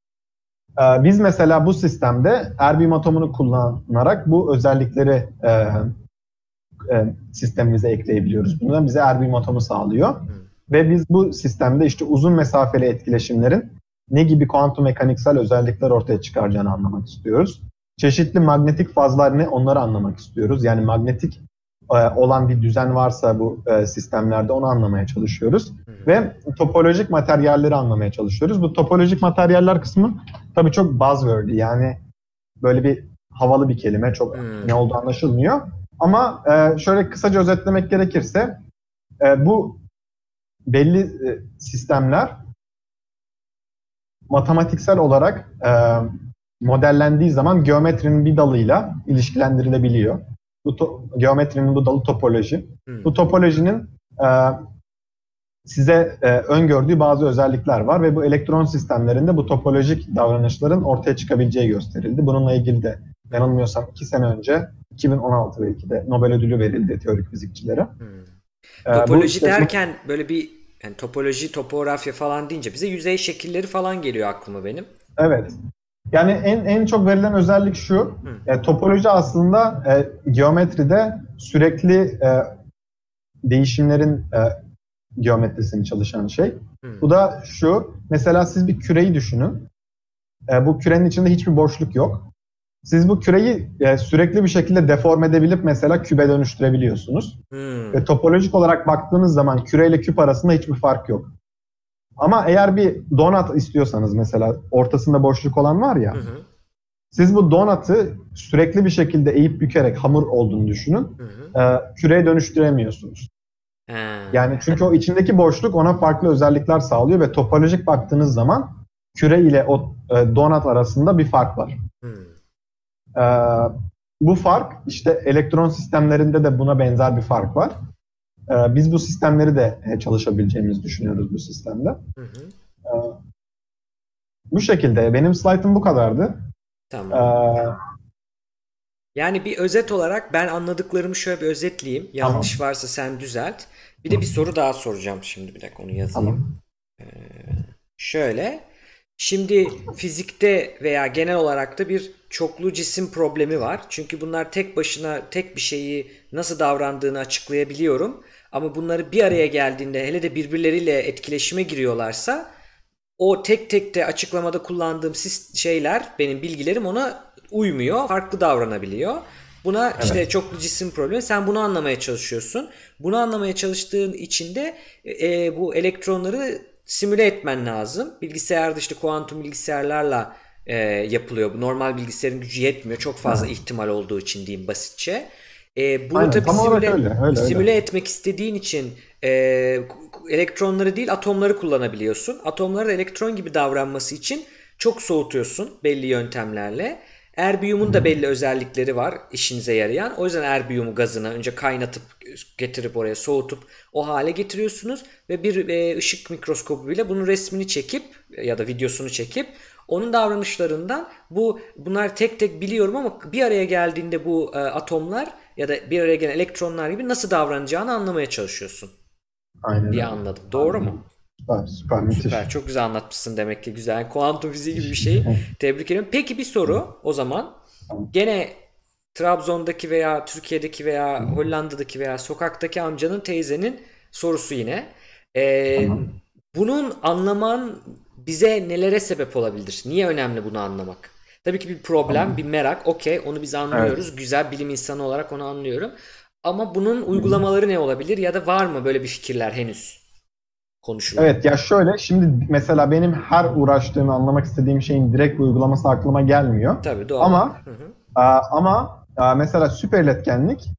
Biz mesela bu sistemde erbiyum atomunu kullanarak bu özellikleri sistemimize ekleyebiliyoruz. Bundan bize erbiyum atomu sağlıyor. Ve biz bu sistemde işte uzun mesafeli etkileşimlerin ne gibi kuantum mekaniksel özellikler ortaya çıkaracağını anlamak istiyoruz. Çeşitli manyetik fazlar ne, onları anlamak istiyoruz. Yani manyetik olan bir düzen varsa bu sistemlerde onu anlamaya çalışıyoruz. Ve topolojik materyalleri anlamaya çalışıyoruz. Bu topolojik materyaller kısmı tabii çok buzzword, yani böyle bir havalı bir kelime, çok ne olduğu anlaşılmıyor. Ama şöyle kısaca özetlemek gerekirse bu belli sistemler matematiksel olarak modellendiği zaman geometrinin bir dalıyla ilişkilendirilebiliyor. Geometrinin bu dalı topoloji. Bu topolojinin size öngördüğü bazı özellikler var ve bu elektron sistemlerinde bu topolojik davranışların ortaya çıkabileceği gösterildi. Bununla ilgili de yanılmıyorsam 2 sene önce, 2016 belki de Nobel ödülü verildi teorik fizikçilere. Topoloji derken böyle bir, yani topoloji, topografya falan deyince bize yüzey şekilleri falan geliyor aklıma benim. Evet. Yani en çok verilen özellik şu. Topoloji aslında geometride sürekli değişimlerin geometrisini çalışan şey. Bu da şu. Mesela siz bir küreyi düşünün. Bu kürenin içinde hiçbir boşluk yok. Siz bu küreyi sürekli bir şekilde deforme edebilip mesela kübe dönüştürebiliyorsunuz. Ve topolojik olarak baktığınız zaman küreyle küp arasında hiçbir fark yok. Ama eğer bir donut istiyorsanız, mesela ortasında boşluk olan var ya, siz bu donut'ı sürekli bir şekilde eğip bükerek hamur olduğunu düşünün. Küreye dönüştüremiyorsunuz. Yani çünkü o içindeki boşluk ona farklı özellikler sağlıyor ve topolojik baktığınız zaman küre ile o donut arasında bir fark var. Ee, Bu fark işte elektron sistemlerinde de buna benzer bir fark var. Biz bu sistemleri de çalışabileceğimizi düşünüyoruz bu sistemde. Hı hı. Ee, Bu şekilde. Benim slaytım bu kadardı. Tamam. Yani bir özet olarak ben anladıklarımı şöyle bir özetleyeyim. Tamam. Yanlış varsa sen düzelt. Bir de bir soru daha soracağım şimdi. Bir dakika onu yazayım. Tamam. Şöyle. Şimdi fizikte veya genel olarak da bir çoklu cisim problemi var. Çünkü bunlar tek başına tek bir şeyi nasıl davrandığını açıklayabiliyorum. Ama bunları bir araya geldiğinde hele de birbirleriyle etkileşime giriyorlarsa o tek tek de açıklamada kullandığım şeyler, benim bilgilerim ona uymuyor. Farklı davranabiliyor. Buna işte Evet. çoklu cisim problemi. Sen bunu anlamaya çalışıyorsun. Bunu anlamaya çalıştığın için de bu elektronları simüle etmen lazım. Bilgisayarda işte kuantum bilgisayarlarla yapılıyor. Bu normal bilgisayarın gücü yetmiyor. Çok fazla Evet. ihtimal olduğu için diyeyim basitçe. Bunu Aynen. tabii Tam olarak öyle. Öyle öyle. simüle etmek istediğin için e, elektronları değil atomları kullanabiliyorsun. Atomları da elektron gibi davranması için çok soğutuyorsun belli yöntemlerle. Erbiyumun da belli özellikleri var işinize yarayan. O yüzden erbiyumu gazını önce kaynatıp getirip oraya soğutup o hale getiriyorsunuz ve bir ışık mikroskobu bile bunun resmini çekip ya da videosunu çekip onun davranışlarından bunlar tek tek biliyorum ama bir araya geldiğinde bu atomlar ya da bir araya gelen elektronlar gibi nasıl davranacağını anlamaya çalışıyorsun Aynen diye öyle. anladım. Doğru mu? Süper, süper, müthiş. Süper. Çok güzel anlatmışsın demek ki. Güzel. Kuantum fiziği gibi bir şeyi tebrik ederim. Peki bir soru o zaman. Tamam. Gene Trabzon'daki veya Türkiye'deki veya Hollanda'daki veya sokaktaki amcanın teyzenin sorusu yine. Ee, Tamam. Bunun anlaman bize nelere sebep olabilir? Niye önemli bunu anlamak? Tabii ki bir problem, bir Tamam. merak. Okey, onu biz Evet. anlıyoruz. Güzel bilim insanı olarak onu anlıyorum. Ama bunun uygulamaları ne olabilir ya da var mı böyle bir fikirler henüz konuşulan? Evet ya şöyle şimdi mesela benim her uğraştığım anlamak istediğim şeyin direkt bir uygulaması aklıma gelmiyor. Tabii doğal. Ama Hı hı. mesela süperiletkenlik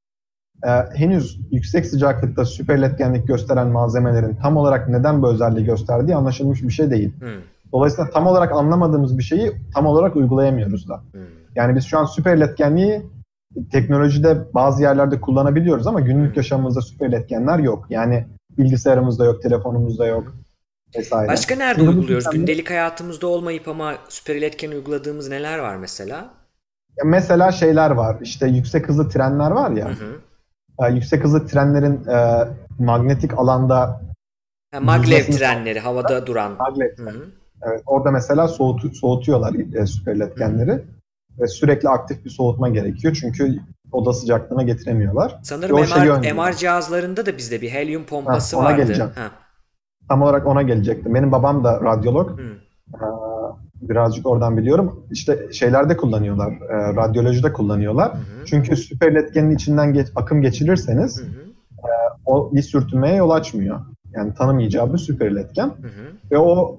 henüz yüksek sıcaklıkta süperiletkenlik gösteren malzemelerin tam olarak neden bu özelliği gösterdiği anlaşılmış bir şey değil. Hı Dolayısıyla tam olarak anlamadığımız bir şeyi tam olarak uygulayamıyoruz da. hı. Yani biz şu an süperiletkenliği teknolojide bazı yerlerde kullanabiliyoruz ama günlük yaşamımızda süperiletkenler yok. Yani bilgisayarımızda yok, telefonumuzda yok vesaire. Başka nerede Şimdi bu uyguluyoruz? sistemleri Gündelik hayatımızda olmayıp ama süper iletken uyguladığımız neler var mesela? mesela şeyler var. İşte yüksek hızlı trenler var Hı ya. hı. Yüksek hızlı trenlerin magnetik alanda Maglev yüzmesini trenleri havada duran. maglev. Hı hı. Evet, orada mesela soğutuyorlar Hı hı. süperiletkenleri. Ve sürekli aktif bir soğutma gerekiyor. Çünkü oda sıcaklığına getiremiyorlar. Ve Sanırım o şeyi MR önlüyor. cihazlarında da bizde bir helyum Heh, pompası ona vardı. geleceğim. Tam olarak ona gelecektim. Benim babam da radyolog. Hı Ee, Birazcık oradan biliyorum. İşte şeylerde kullanıyorlar. Radyolojide kullanıyorlar. hı. Çünkü süperiletkenin içinden akım Hı geçirirseniz hı. o bir sürtünmeye yol açmıyor. Yani tanımayacağı bir süperiletken. Hı hı. Ve o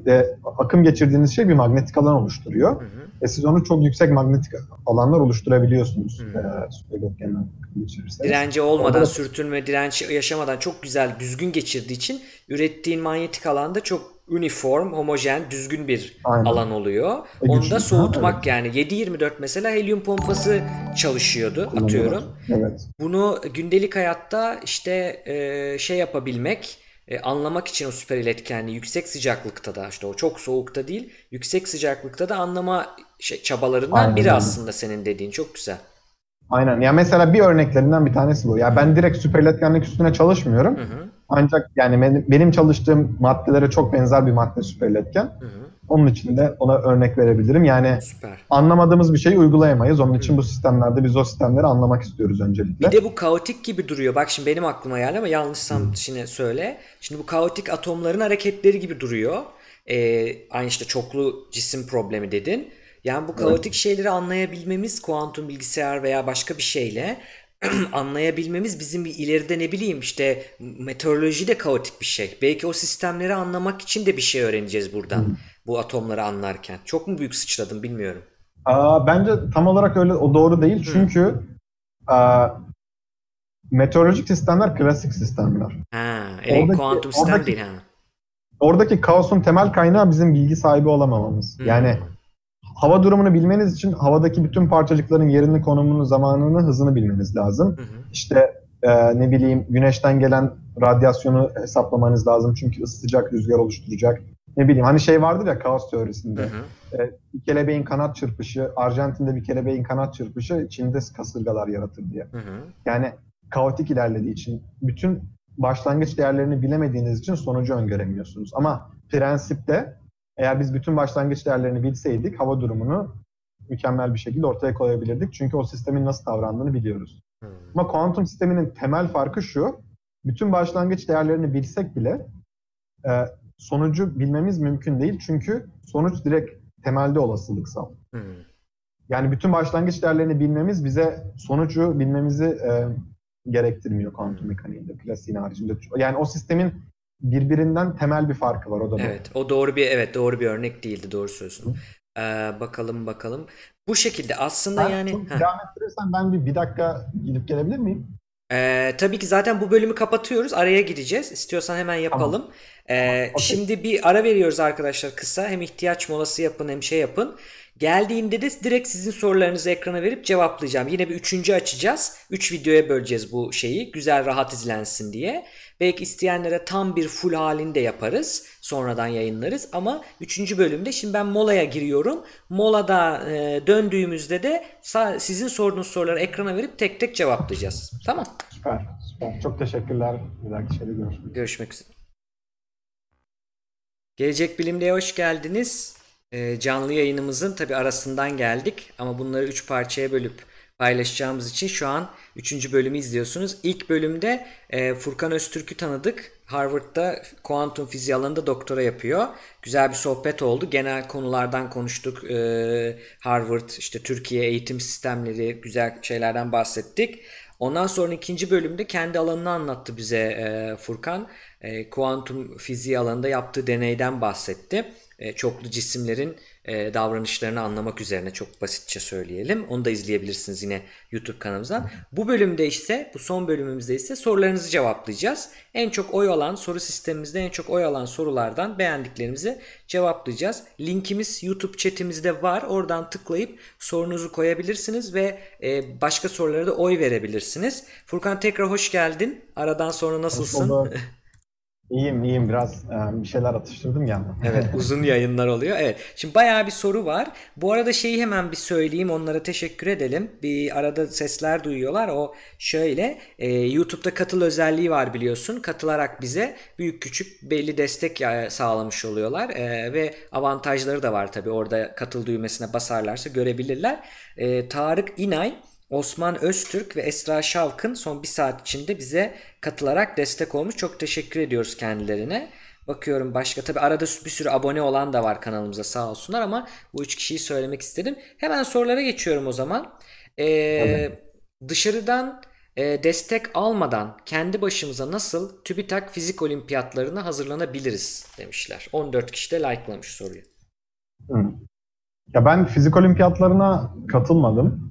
akım geçirdiğiniz şey bir magnetik alan oluşturuyor. Hı hı. Ve siz onu çok yüksek magnetik alanlar oluşturabiliyorsunuz Hı. süperiletkenle akım geçirirseniz. Direnci Orada olmadan, da sürtünme direnci yaşamadan çok güzel, düzgün geçirdiği için ürettiğin manyetik alanda çok uniform, homojen, düzgün bir aynen. alan oluyor. Ve Onu da güçlü. Ha, evet. soğutmak yani 7/24 mesela helyum pompası çalışıyordu Kullanıyorlar. atıyorum. Evet. Bunu gündelik hayatta işte şey yapabilmek, anlamak için o süper iletkenliği yüksek sıcaklıkta da işte o çok soğukta değil, yüksek sıcaklıkta da anlama çabalarından Aynen biri öyle. aslında senin dediğin çok güzel. Aynen. Ya mesela bir örneklerinden bir tanesi bu. Ya ben direkt süperiletkenlik üstüne çalışmıyorum. Hı hı. Ancak yani benim çalıştığım maddelere çok benzer bir madde süperiletken. Hı hı. Onun için de ona örnek verebilirim. Yani Süper. anlamadığımız bir şeyi uygulayamayız. Onun için Hı. bu sistemlerde biz o sistemleri anlamak istiyoruz Bir öncelikle. de bu kaotik gibi duruyor. Bak şimdi benim aklıma geldi ama yanlışsam şimdi söyle. Şimdi bu kaotik atomların hareketleri gibi duruyor. Aynı işte çoklu cisim problemi dedin. Yani bu Evet. kaotik şeyleri anlayabilmemiz kuantum bilgisayar veya başka bir şeyle anlayabilmemiz bizim bir ileride ne bileyim işte meteoroloji de kaotik bir şey. Belki o sistemleri anlamak için de bir şey öğreneceğiz buradan. Bu atomları anlarken. Çok mu büyük sıçradım bilmiyorum. Bence tam olarak öyle o doğru değil. Hı. Çünkü aa, meteorolojik sistemler klasik sistemler. Ha, Oradaki kuantum sistem oradaki değil ha. oradaki kaosun temel kaynağı bizim bilgi sahibi olamamamız. Yani Hmm. hava durumunu bilmeniz için havadaki bütün parçacıkların yerini, konumunu, zamanını, hızını bilmeniz lazım. İşte ne bileyim güneşten gelen radyasyonu hesaplamanız lazım çünkü sıcak rüzgar oluşturacak. Ne bileyim hani şey vardır ya kaos teorisinde. Bir kelebeğin kanat çırpışı, Arjantin'de bir kelebeğin kanat çırpışı Çin'de kasırgalar yaratır diye. Yani kaotik ilerlediği için bütün başlangıç değerlerini bilemediğiniz için sonucu öngöremiyorsunuz. Ama prensipte eğer biz bütün başlangıç değerlerini bilseydik hava durumunu mükemmel bir şekilde ortaya koyabilirdik. Çünkü o sistemin nasıl davrandığını biliyoruz. Ama kuantum sisteminin temel farkı şu, bütün başlangıç değerlerini bilsek bile sonucu bilmemiz mümkün değil. Çünkü sonuç direkt temelde olasılıksal. Yani bütün başlangıç değerlerini bilmemiz bize sonucu bilmemizi gerektirmiyor kuantum mekaniğinde, klasiğin haricinde. Yani o sistemin birbirinden temel bir farkı var. O da evet, o doğru bir örnek değildi, doğru söylüyorsun. Bakalım. Bu şekilde aslında yani. Devam ettirirsen ben bir dakika gidip gelebilir miyim? Tabii ki zaten bu bölümü kapatıyoruz. Araya gireceğiz. İstiyorsan hemen yapalım. Tamam. Okay. Şimdi bir ara veriyoruz arkadaşlar kısa. Hem ihtiyaç molası yapın hem şey yapın. Geldiğinde de direkt sizin sorularınızı ekrana verip cevaplayacağım. Yine bir üçüncü açacağız. 3 videoya böleceğiz bu şeyi. Güzel, rahat izlensin diye. Belki isteyenlere tam bir full halinde yaparız. Sonradan yayınlarız. Ama 3. bölümde şimdi ben molaya giriyorum. Molada döndüğümüzde de sizin sorduğunuz soruları ekrana verip tek tek cevaplayacağız. Tamam. Süper. Çok teşekkürler. Bir dahaki şeyde görüşmek üzere. Gelecek Bilim'de hoş geldiniz. Canlı yayınımızın tabi arasından geldik. Ama bunları 3 parçaya bölüp paylaşacağımız için şu an 3. bölümü izliyorsunuz. İlk bölümde Furkan Öztürk'ü tanıdık. Harvard'da kuantum fiziği alanında doktora yapıyor. Güzel bir sohbet oldu. Genel konulardan konuştuk. Harvard, işte Türkiye eğitim sistemleri, güzel şeylerden bahsettik. Ondan sonra 2. bölümde kendi alanını anlattı bize Furkan. Kuantum fiziği alanında yaptığı deneyden bahsetti. Çoklu cisimlerin davranışlarını anlamak üzerine, çok basitçe söyleyelim. Onu da izleyebilirsiniz yine YouTube kanalımızdan. Bu bölümde ise, bu son bölümümüzde ise sorularınızı cevaplayacağız. En çok oy alan, soru sistemimizde en çok oy alan sorulardan beğendiklerimizi cevaplayacağız. Linkimiz YouTube chatimizde var. Oradan tıklayıp sorunuzu koyabilirsiniz ve başka sorulara da oy verebilirsiniz. Furkan, tekrar hoş geldin. Aradan sonra nasılsın? İyiyim. Biraz bir şeyler atıştırdım ya. Evet, uzun yayınlar oluyor. Evet. Şimdi bayağı bir soru var. Bu arada şeyi hemen bir söyleyeyim. Onlara teşekkür edelim. Bir arada sesler duyuyorlar. O şöyle. YouTube'da katıl özelliği var biliyorsun. Katılarak bize büyük küçük belli destek sağlamış oluyorlar. Ve avantajları da var tabii. Orada katıl düğmesine basarlarsa görebilirler. Tarık İnay, Osman Öztürk ve Esra Şalkın son bir saat içinde bize katılarak destek olmuş. Çok teşekkür ediyoruz kendilerine. Bakıyorum başka, tabi arada bir sürü abone olan da var kanalımıza, sağ olsunlar, ama bu 3 kişiyi söylemek istedim. Hemen sorulara geçiyorum o zaman. Dışarıdan destek almadan kendi başımıza nasıl TÜBİTAK fizik olimpiyatlarına hazırlanabiliriz demişler. 14 kişi de like'lamış soruyu. Ya ben fizik olimpiyatlarına katılmadım.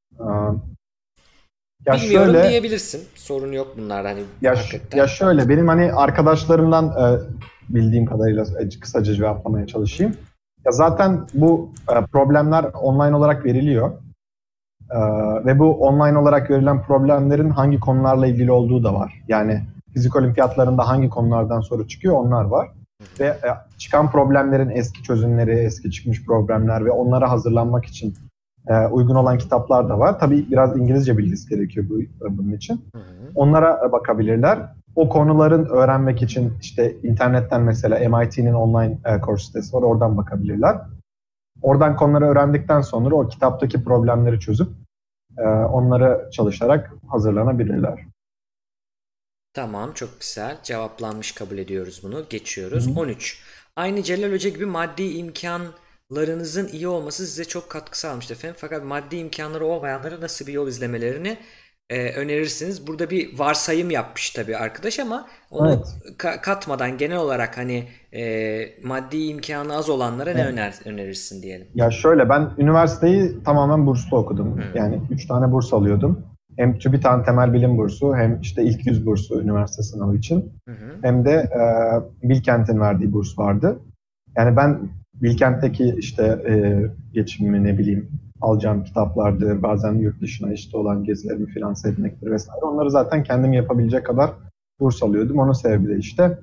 Ya bilmiyorum şöyle, diyebilirsin. Sorun yok bunlar hani. Ya şöyle, benim hani arkadaşlarımdan bildiğim kadarıyla kısaca cevaplamaya çalışayım. Ya zaten bu problemler online olarak veriliyor. Ve bu online olarak verilen problemlerin hangi konularla ilgili olduğu da var. Yani fizik olimpiyatlarında hangi konulardan soru çıkıyor, onlar var. Ve çıkan problemlerin eski çözümleri, eski çıkmış problemler ve onlara hazırlanmak için uygun olan kitaplar da var. Tabii biraz İngilizce bilgisi gerekiyor bunun için. Onlara bakabilirler. O konuların öğrenmek için işte internetten mesela MIT'nin online kurs sitesi var. Oradan bakabilirler. Oradan konuları öğrendikten sonra o kitaptaki problemleri çözüp onları çalışarak hazırlanabilirler. Tamam, çok güzel. Cevaplanmış, kabul ediyoruz bunu. Geçiyoruz. 13. Aynı Celal Hoca gibi maddi imkanlarınızın iyi olması size çok katkı sağlamıştır efendim. Fakat maddi imkanları olmayanlara nasıl bir yol izlemelerini önerirsiniz? Burada bir varsayım yapmış tabii arkadaş, ama onu katmadan genel olarak hani maddi imkanı az olanlara ne önerirsin diyelim. Ya şöyle, ben üniversiteyi tamamen burslu okudum. Yani 3 tane burs alıyordum. Hem TÜBİTAK'ın temel bilim bursu, hem işte ilk 100 bursu üniversite sınavı için, hem de Bilkent'in verdiği burs vardı. Yani ben Bilkent'teki işte geçimimi ne bileyim alacağım kitaplardır, bazen yurt dışına işte olan gezilerimi finanse etmektir vesaire. Onları zaten kendim yapabilecek kadar burs alıyordum. Onun sebebi de işte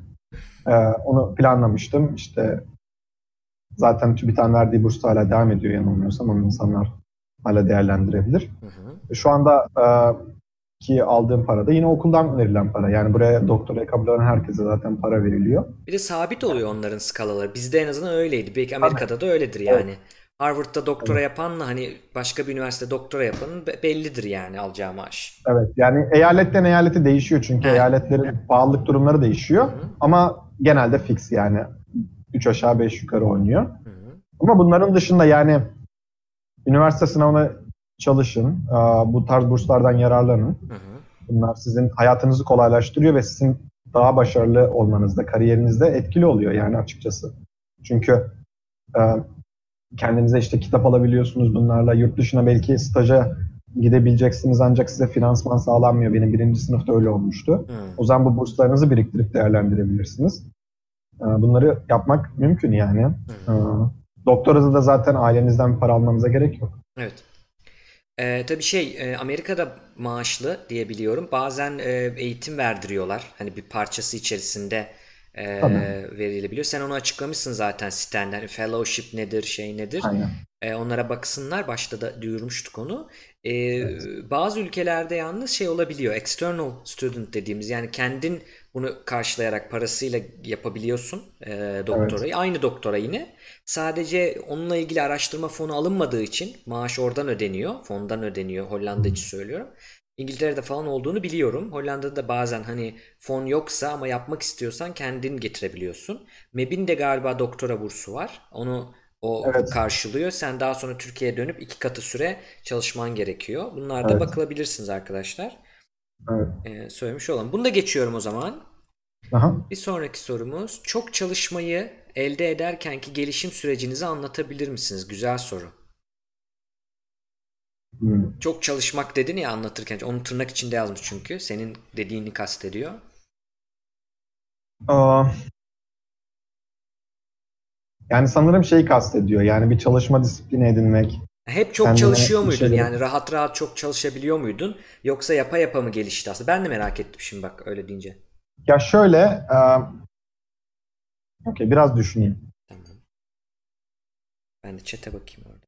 onu planlamıştım. İşte zaten TÜBİTAK'ın verdiği burs da hala devam ediyor yanılmıyorsam. Onu insanlar hala değerlendirebilir. Hı hı. Şu anda ki aldığım para da yine okuldan verilen para. Yani buraya doktoraya kabul eden herkese zaten para veriliyor. Bir de sabit oluyor onların skalaları. Bizde en azından öyleydi. Belki Tabii. Amerika'da da öyledir Evet. yani. Harvard'da doktora Evet. yapanla hani başka bir üniversitede doktora yapanın bellidir yani alacağı maaş. Evet. Yani eyaletten eyalete değişiyor çünkü He. eyaletlerin pahalılık durumları Hı değişiyor. hı. Ama genelde fix yani 3 aşağı 5 yukarı oynuyor. Hı hı. Ama bunların dışında yani üniversite sınavına çalışın. Bu tarz burslardan yararlanın. Hı hı. Bunlar sizin hayatınızı kolaylaştırıyor ve sizin daha başarılı olmanızda, kariyerinizde etkili oluyor yani açıkçası. Çünkü e, kendinize işte kitap alabiliyorsunuz bunlarla. Yurt dışına belki staja gidebileceksiniz ancak size finansman sağlanmıyor. Benim birinci sınıfta öyle olmuştu. Hı. O zaman bu burslarınızı biriktirip değerlendirebilirsiniz. Bunları yapmak mümkün yani. Hı. Doktoranızda da zaten ailenizden para almanıza gerek yok. Evet. Tabii Amerika'da maaşlı diye biliyorum. Bazen eğitim verdiriyorlar. Hani bir parçası içerisinde Tabii. verilebiliyor. Sen onu açıklamışsın zaten sitenden. Hani fellowship nedir, şey nedir? Aynen. Onlara baksınlar. Başta da duyurmuştuk onu. Evet. Bazı ülkelerde yalnız şey olabiliyor. External student dediğimiz yani kendin bunu karşılayarak parasıyla yapabiliyorsun Evet. doktorayı. Aynı doktora yine. Sadece onunla ilgili araştırma fonu alınmadığı için maaş oradan ödeniyor. Fondan ödeniyor. Hollanda için söylüyorum. İngiltere'de falan olduğunu biliyorum. Hollanda'da da bazen hani fon yoksa ama yapmak istiyorsan kendin getirebiliyorsun. MEB'in de galiba doktora bursu var. O Evet. karşılıyor. Sen daha sonra Türkiye'ye dönüp 2 katı süre çalışman gerekiyor. Bunlarda Evet. bakılabilirsiniz arkadaşlar. Evet. Söylemiş olalım. Bunu da geçiyorum o zaman. Aha. Bir sonraki sorumuz. Çok çalışmayı elde ederkenki gelişim sürecinizi anlatabilir misiniz? Güzel soru. Hmm. Çok çalışmak dedin ya anlatırken. Onu tırnak içinde yazmış çünkü. Senin dediğini kastediyor. Aa, yani sanırım şeyi kastediyor. Yani bir çalışma disiplini edinmek, Hep çok kendine çalışıyor bir muydun? şeyleri... Yani rahat rahat çok çalışabiliyor muydun? Yoksa yapa yapa mı gelişti aslında? Ben de merak ettim şimdi bak öyle deyince. Ya şöyle, okey biraz düşüneyim. Tamam. Ben de chat'e bakayım orada.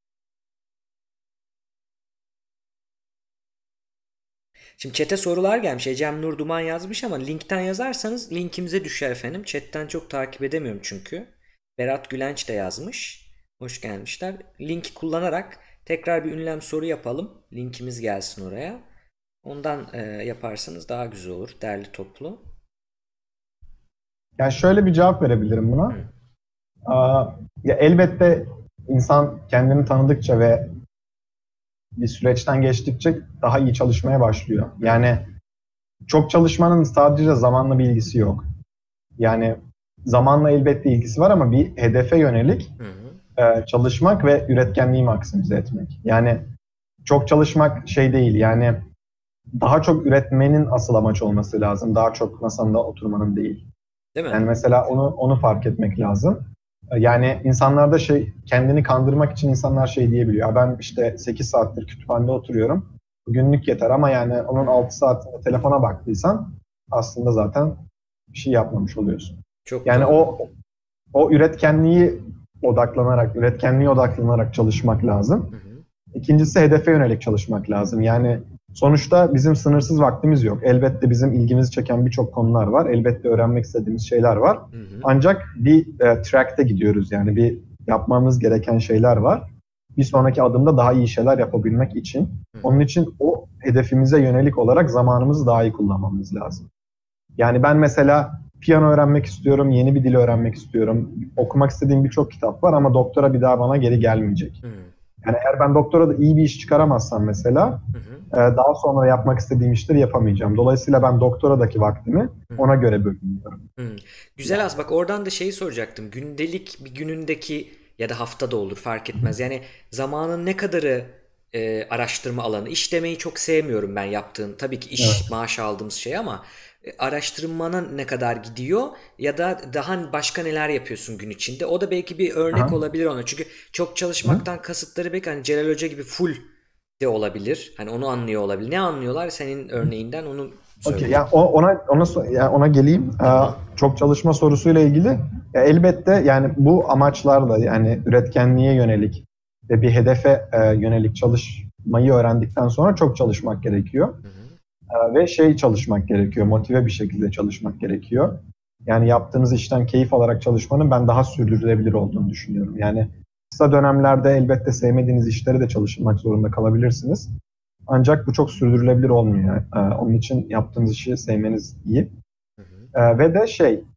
Şimdi chat'e sorular gelmiş. Ecem Nur Duman yazmış ama linkten yazarsanız linkimize düşer efendim. Chat'ten çok takip edemiyorum çünkü. Berat Gülenç de yazmış. Hoş gelmişler. Linki kullanarak tekrar bir ünlem soru yapalım. Linkimiz gelsin oraya. Ondan yaparsanız daha güzel olur. Derli toplu. Yani şöyle bir cevap verebilirim buna. Hı. Ya elbette insan kendini tanıdıkça ve bir süreçten geçtikçe daha iyi çalışmaya başlıyor. Yani çok çalışmanın sadece zamanla bir ilgisi yok. Yani zamanla elbette ilgisi var ama bir hedefe yönelik Hı hı. çalışmak ve üretkenliği maksimize etmek. Yani çok çalışmak şey değil yani daha çok üretmenin asıl amaç olması lazım. Daha çok masanda oturmanın değil. Değil mi? Yani mesela onu fark etmek lazım. Yani insanlarda şey kendini kandırmak için insanlar şey diyebiliyor. Ya ben işte 8 saattir kütüphanede oturuyorum. Günlük yeter ama yani onun Hı. 6 saatinde telefona baktıysan aslında zaten bir şey yapmamış oluyorsun. Çok Yani doğru. o üretkenliğe odaklanarak çalışmak lazım. Hı hı. İkincisi hedefe yönelik çalışmak lazım. Yani sonuçta bizim sınırsız vaktimiz yok. Elbette bizim ilgimizi çeken birçok konular var. Elbette öğrenmek istediğimiz şeyler var. Hı hı. Ancak bir track'te gidiyoruz. Yani bir yapmamız gereken şeyler var. Bir sonraki adımda daha iyi şeyler yapabilmek için. Hı Onun hı. için o hedefimize yönelik olarak zamanımızı daha iyi kullanmamız lazım. Yani ben mesela piyano öğrenmek istiyorum, yeni bir dil öğrenmek istiyorum. Okumak istediğim birçok kitap var ama doktora bir daha bana geri gelmeyecek. Hı Yani eğer ben doktora da iyi bir iş çıkaramazsam mesela hı. daha sonra yapmak istediğim işleri yapamayacağım. Dolayısıyla ben doktoradaki vaktimi Hı hı. ona göre bölüyorum. Hı. Güzel az bak oradan da şeyi soracaktım. Gündelik bir günündeki ya da haftada olur fark etmez. Yani zamanın ne kadarı araştırma alanı. İş demeyi çok sevmiyorum ben yaptığın. Tabii ki iş Evet. maaş aldığımız şey ama araştırmana ne kadar gidiyor ya da daha başka neler yapıyorsun gün içinde. O da belki bir örnek Aha. olabilir ona. Çünkü çok Hı. çalışmaktan kasıtları belki hani Celal Hoca gibi full de olabilir. Hani onu anlıyor olabilir. Ne anlıyorlar senin örneğinden onu Okey. söyle. Yani yani ona geleyim. Tamam. Çok çalışma sorusuyla ilgili. Ya elbette yani bu amaçlarla yani üretkenliğe yönelik ve bir hedefe yönelik çalışmayı öğrendikten sonra çok çalışmak gerekiyor. Hı hı. Ve çalışmak gerekiyor. Motive bir şekilde çalışmak gerekiyor. Yani yaptığınız işten keyif alarak çalışmanın ben daha sürdürülebilir olduğunu düşünüyorum. Yani kısa dönemlerde elbette sevmediğiniz işleri de çalışmak zorunda kalabilirsiniz. Ancak bu çok sürdürülebilir olmuyor. Onun için yaptığınız işi sevmeniz iyi. Hı hı. Ve de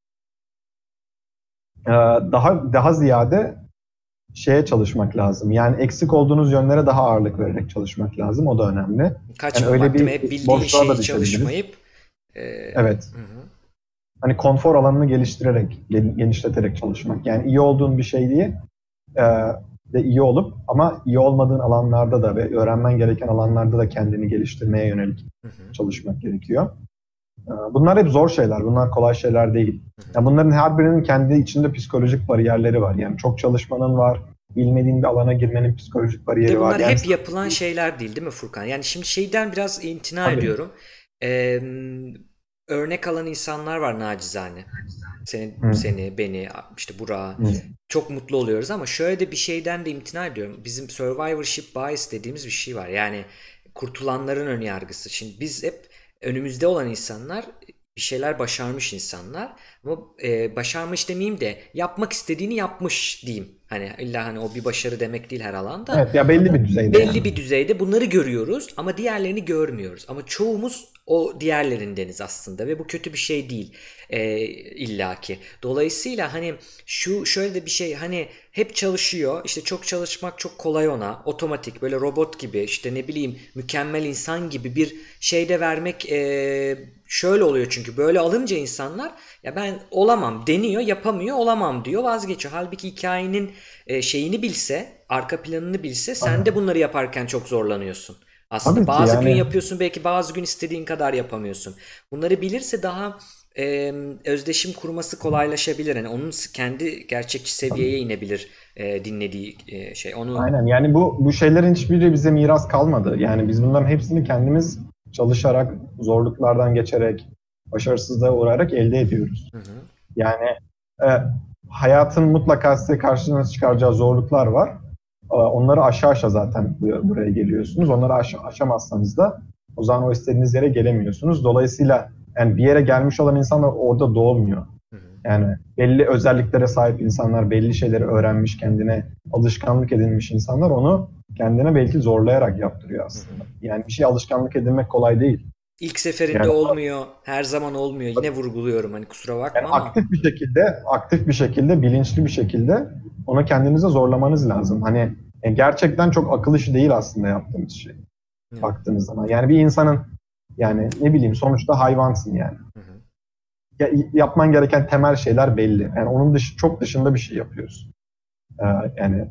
daha ziyade çalışmak lazım. Yani eksik olduğunuz yönlere daha ağırlık vererek çalışmak lazım. O da önemli. Yani öyle Kaçmamak değil mi? bir Hep bildiğin boşluğa da şeyi düşebiliriz. çalışmayıp e, Evet. hı hı. Hani konfor alanını geliştirerek, genişleterek çalışmak. Yani iyi olduğun bir şey değil e, de iyi olup ama iyi olmadığın alanlarda da ve öğrenmen gereken alanlarda da kendini geliştirmeye yönelik Hı hı. çalışmak gerekiyor. Bunlar hep zor şeyler, bunlar kolay şeyler değil. Hı hı. Yani bunların her birinin kendi içinde psikolojik bariyerleri var. Yani çok çalışmanın var, bilmediğin bir alana girmenin psikolojik Bir de bariyeri var. bunlar Yani hep yapılan şeyler değil mi Furkan? Yani şimdi şeyden biraz imtina tabii. ediyorum. Ee, Örnek alan insanlar var nacizane. Hı, Seni, beni, işte Burak'ı. hı. Çok mutlu oluyoruz ama şöyle de bir şeyden de imtina ediyorum. Bizim survivorship bias dediğimiz bir şey var. Yani kurtulanların ön yargısı. Şimdi biz hep önümüzde olan insanlar bir şeyler başarmış insanlar. Ama başarmış demeyeyim de yapmak istediğini yapmış diyeyim. Hani illa hani o bir başarı demek değil her alanda. Evet, ya belli bir düzeyde Belli yani. bir düzeyde bunları görüyoruz ama diğerlerini görmüyoruz. Ama çoğumuz o diğerlerindeniz aslında ve bu kötü bir şey değil illaki. Dolayısıyla hani şu şöyle de bir şey hani hep çalışıyor işte çok çalışmak çok kolay ona otomatik böyle robot gibi işte ne bileyim mükemmel insan gibi bir şeyde vermek şöyle oluyor çünkü böyle alınca insanlar ya ben olamam deniyor yapamıyor olamam diyor vazgeçiyor. Halbuki hikayenin şeyini bilse, arka planını bilse sen de Tabii, bunları yaparken çok zorlanıyorsun. Aslında tabii ki bazı gün yani. yapıyorsun belki bazı gün istediğin kadar yapamıyorsun. Bunları bilirse daha özdeşim kurması kolaylaşabilir. Yani onun kendi gerçekçi seviyeye inebilir dinlediği şey. Onu Aynen yani bu şeylerin hiçbiri bize miras kalmadı. Yani biz bunların hepsini kendimiz çalışarak, zorluklardan geçerek, başarısızlığa uğrayarak elde ediyoruz. hı hı, Yani e, hayatın mutlaka size karşınıza çıkaracağı zorluklar var. Onları aşağı aşağı zaten buraya hı geliyorsunuz. hı, Onları aşamazsanız da o zaman o istediğiniz yere gelemiyorsunuz. Dolayısıyla yani bir yere gelmiş olan insanlar orada doğmuyor. hı hı, Yani belli özelliklere sahip insanlar, belli şeyleri öğrenmiş, kendine alışkanlık edinmiş insanlar onu kendine belki zorlayarak yaptırıyor hı hı. aslında. Yani bir şey alışkanlık edinmek kolay değil. İlk seferinde Yani olmuyor, her zaman olmuyor. Yine vurguluyorum hani kusura bakma ama. aktif bir şekilde, bilinçli bir şekilde onu kendinize zorlamanız lazım. Hani gerçekten çok akıl işi değil aslında yaptığımız şey Evet. baktığınız zaman. Yani bir insanın yani ne bileyim sonuçta hayvansın yani. Hı hı. Yapman gereken temel şeyler belli. Yani onun çok dışında bir şey yapıyoruz. Ee, Yani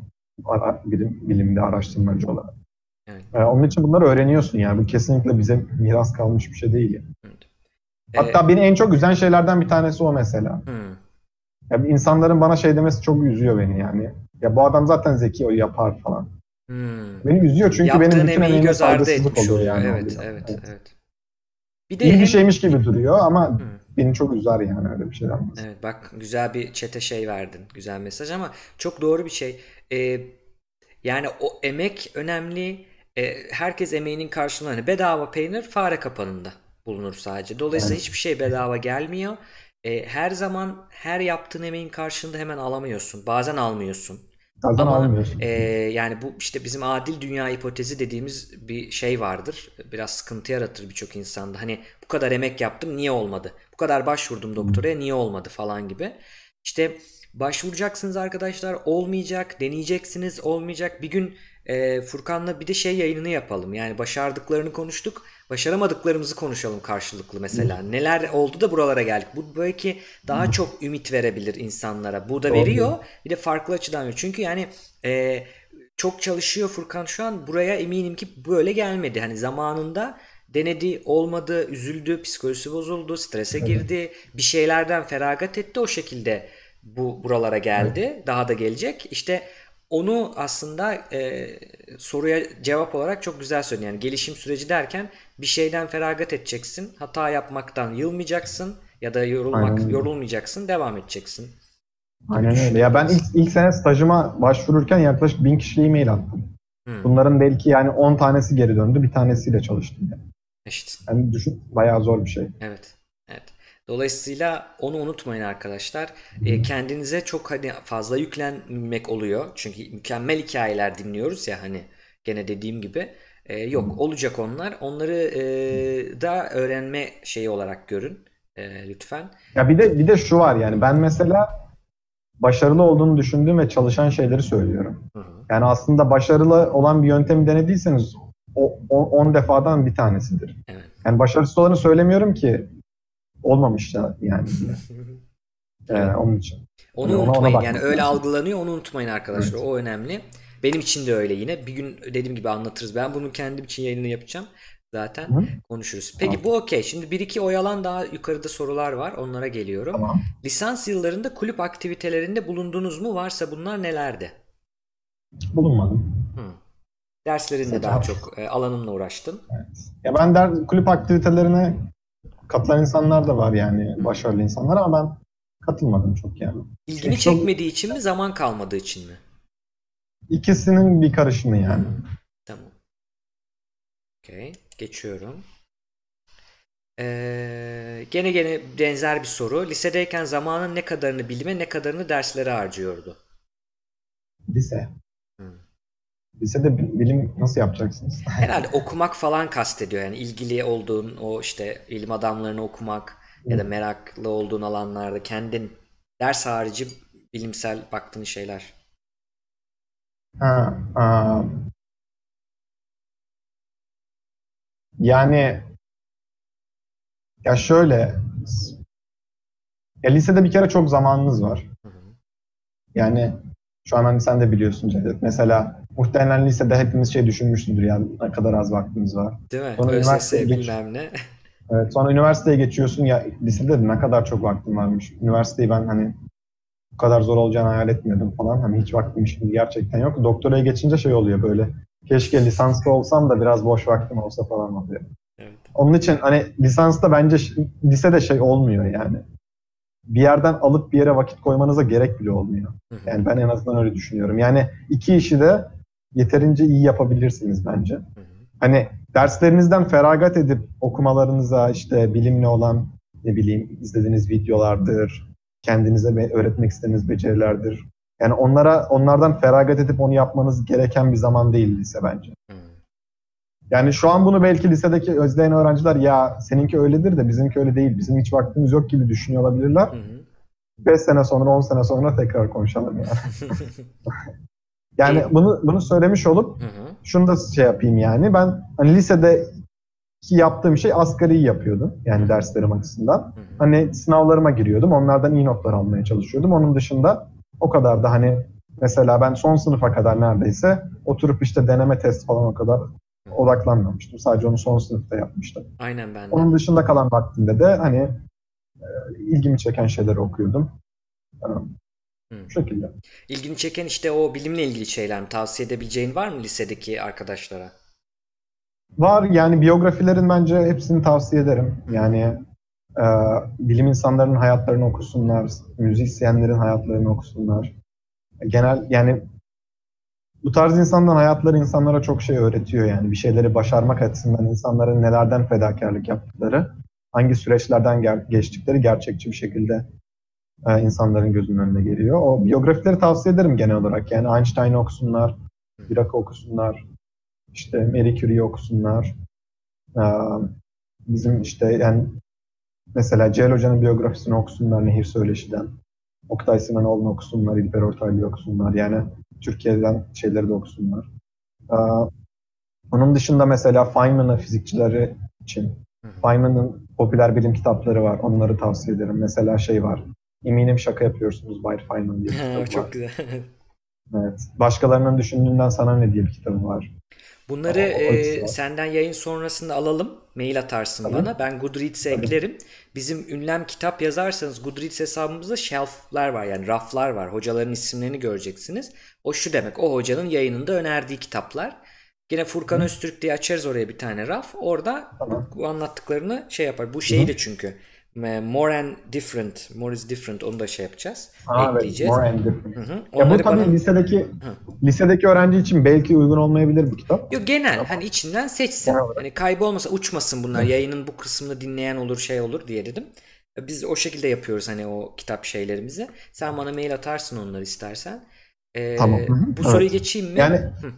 bilimde araştırmacı olarak. Evet. Onun için bunları öğreniyorsun yani. Bu kesinlikle bize miras kalmış bir şey değil. Evet. Hatta beni en çok üzen şeylerden bir tanesi o mesela. Hı. Ya insanların bana demesi çok üzüyor beni yani. Ya bu adam zaten zeki, o yapar falan. Hmm. Beni üzüyor çünkü benim Yaptığın bütün emeği emeğime göz ardı saygısızlık etmiş oluyor oluyor. yani Evet, oluyor. evet, Evet. evet. Bir de İyi bir hem şeymiş gibi duruyor ama hmm, beni çok üzer yani öyle bir şey olmaz. evet bak güzel bir çete şey verdin. Güzel mesaj ama çok doğru bir şey. Ee, Yani o emek önemli. Herkes emeğinin karşılığını hani bedava peynir fare kapanında bulunur sadece. Dolayısıyla Yani hiçbir şey bedava gelmiyor. Her zaman her yaptığın emeğin karşılığında hemen alamıyorsun. Bazen almıyorsun. bazen Ama almıyorsun. yani bu işte bizim adil dünya hipotezi dediğimiz bir şey vardır. Biraz sıkıntı yaratır birçok insanda. Hani bu kadar emek yaptım niye olmadı? Bu kadar başvurdum doktoraya niye olmadı falan gibi. İşte başvuracaksınız arkadaşlar olmayacak, deneyeceksiniz olmayacak. Bir gün Furkan'la bir de şey yayınını yapalım. Yani başardıklarını konuştuk. Başaramadıklarımızı konuşalım karşılıklı mesela. Neler oldu da buralara geldik. Bu belki daha çok ümit verebilir insanlara. Bu da Doğru. veriyor. Bir de farklı açıdan veriyor. Çünkü yani çok çalışıyor Furkan şu an. Buraya eminim ki böyle gelmedi. Hani zamanında denedi, olmadı, üzüldü, psikolojisi bozuldu, strese Evet. girdi, bir şeylerden feragat etti, o şekilde buralara Evet. geldi. Daha da gelecek. İşte onu aslında soruya cevap olarak çok güzel söyledin. Yani gelişim süreci derken bir şeyden feragat edeceksin, hata yapmaktan yılmayacaksın ya da Aynen öyle. yorulmayacaksın, devam edeceksin gibi Aynen öyle. Ya ben ilk, düşünebiliriz. ilk sene stajıma başvururken yaklaşık 1000 kişiye e-mail attım. Hmm, Bunların belki yani 10 tanesi geri döndü. Bir tanesiyle çalıştım yani. işte. Yani düşün, bayağı zor bir şey. Evet. Evet. Dolayısıyla onu unutmayın arkadaşlar. Hı hı. Kendinize çok hani fazla yüklenmek oluyor. Çünkü mükemmel hikayeler dinliyoruz ya hani gene dediğim gibi. Yok olacak onlar. Onları da öğrenme şeyi olarak görün lütfen. Ya bir de şu var yani ben mesela başarılı olduğunu düşündüğüm ve çalışan şeyleri söylüyorum. Hı hı. Yani aslında başarılı olan bir yöntemi denediyseniz o 10 defadan bir tanesidir. Evet. Yani başarısız olanı söylemiyorum ki olmamış ya yani diye. Evet. Onun için. Onu Hani ona unutmayın. Yani bakmak öyle lazım. algılanıyor. Onu unutmayın arkadaşlar. Evet. O önemli. Benim için de öyle yine. Bir gün dediğim gibi anlatırız. Ben bunun kendim için yayını yapacağım. Zaten Hı? konuşuruz. Peki Tamam. bu okey. Şimdi bir iki oyalan daha yukarıda sorular var. Onlara geliyorum. Tamam. Lisans yıllarında kulüp aktivitelerinde bulundunuz mu? Varsa bunlar nelerdi? Bulunmadım. Hı. Derslerinle daha Kısaca. çok alanınla uğraştın. Evet. Ya ben kulüp aktivitelerine katılan insanlar da var yani Hı hı. başarılı insanlar ama ben katılmadım çok yani. İlgini Çünkü çok çekmediği için mi, zaman kalmadığı için mi? ikisinin bir karışımı yani. Hı. Tamam. Okey. Geçiyorum. Gene benzer bir soru. Lisedeyken zamanın ne kadarını bilime, ne kadarını derslere harcıyordu? Lise. Hmm. Lisede bilim nasıl yapacaksınız? Herhalde okumak falan kastediyor. Yani ilgili olduğun o işte ilim adamlarını okumak ya da meraklı olduğun alanlarda kendin ders harici bilimsel baktığın şeyler. Ha, yani ya şöyle ya lisede bir kere çok zamanınız var. Hı hı. Yani şu an hani sen de biliyorsun Cevdet. Mesela muhtemelen lisede hepimiz şey düşünmüşsündür yani ne kadar az vaktimiz var. Değil mi? Sonra ÖSS üniversiteye bilmem ne. evet, sonra üniversiteye geçiyorsun ya lisede de ne kadar çok vaktim varmış. Üniversiteyi ben hani bu kadar zor olacağını hayal etmiyordum falan. Hani Hı hiç hı. vaktim şimdi gerçekten yok. Doktoraya geçince şey oluyor böyle. Keşke lisanslı olsam da biraz boş vaktim olsa falan oluyor. Evet. Onun için hani lisansta bence lisede şey olmuyor yani. Bir yerden alıp bir yere vakit koymanıza gerek bile olmuyor. Hı hı. Yani ben en azından öyle düşünüyorum. Yani iki işi de yeterince iyi yapabilirsiniz bence. Hı hı. Hani derslerinizden feragat edip okumalarınıza işte bilimle olan ne bileyim izlediğiniz videolardır, kendinize öğretmek istediğiniz becerilerdir. Yani onlardan feragat edip onu yapmanız gereken bir zaman değil lise bence. Hı. Yani şu an bunu belki lisedeki özleyen öğrenciler ya seninki öyledir de bizimki öyle değil, bizim hiç vaktimiz yok gibi düşünüyor olabilirler. Hı hı. 5 sene sonra 10 sene sonra tekrar konuşalım yani. Yani İyi. bunu söylemiş olup Hı hı. şunu da şey yapayım yani ben hani lisedeki yaptığım şey asgari yapıyordum Hı yani hı. derslerim açısından. Hı hı. Hani sınavlarıma giriyordum onlardan iyi notlar almaya çalışıyordum. Onun dışında o kadar da hani mesela ben son sınıfa kadar neredeyse oturup işte deneme test falan o kadar Hı hı. odaklanmamıştım. Sadece onu son sınıfta yapmıştım. Aynen ben de. Onun dışında kalan vaktimde de hani ilgimi çeken şeyleri okuyordum. Hı. Bu şekilde. İlgini çeken işte o bilimle ilgili şeyler mi? Tavsiye edebileceğin var mı lisedeki arkadaşlara? Var yani biyografilerin bence hepsini tavsiye ederim. Hı hı. Yani e, bilim insanlarının hayatlarını okusunlar, müzisyenlerin hayatlarını okusunlar. Genel yani bu tarz insanların hayatları insanlara çok şey öğretiyor yani bir şeyleri Hı başarmak hı. açısından insanların nelerden fedakarlık yaptıkları, hangi süreçlerden geçtikleri gerçekçi bir şekilde insanların gözünün önüne geliyor. O biyografileri tavsiye ederim genel olarak. Yani Einstein'ı okusunlar, Hı hı. Dirac'ı okusunlar, işte Marie Curie'yi okusunlar. E, Bizim işte yani mesela Ceyl Hoca'nın biyografisini okusunlar Nehir Söyleşi'den. Oktay Sinanoğlu'nu okusunlar, İlber Ortaylı'yı okusunlar. Yani Türkiye'den şeyleri de okusunlar. Ee, Onun dışında mesela Feynman'ın fizikçileri için Hı hı. Feynman'ın popüler bilim kitapları var. Onları tavsiye ederim. Mesela şey var. Eminim şaka yapıyorsunuz Bay Feynman diye bir kitabı Çok var. güzel. Evet. Başkalarının düşündüğünden sana ne diye bir kitabı var. Bunları O ikisi var. senden yayın sonrasında alalım. Mail atarsın Tabii. bana. Ben Goodreads'e Tabii. eklerim. Bizim ünlem kitap yazarsanız Goodreads hesabımızda shelf'lar var. Yani raflar var. Hocaların isimlerini göreceksiniz. O şu demek. O hocanın yayınında önerdiği kitaplar. Yine Furkan Hı. Öztürk diye açarız oraya bir tane raf. Orada Tamam. bu anlattıklarını şey yapar. Bu Hı şey hı. de çünkü more and different, more is different, onu da şey yapacağız. Evet, Ekleyeceğiz. more and different. Hı hı. Ya bu Onları bana tabii lisedeki öğrenci için belki uygun olmayabilir bu kitap. yok genel Ama hani içinden seçsin. genel olarak. Hani kaybolmasa uçmasın bunlar. Evet. Yayının bu kısmını dinleyen olur şey olur diye dedim. Biz o şekilde yapıyoruz hani o kitap şeylerimizi. Sen bana mail atarsın onları istersen. Tamam. Hı hı. Bu soruyu Evet. geçeyim mi? Yani Hı,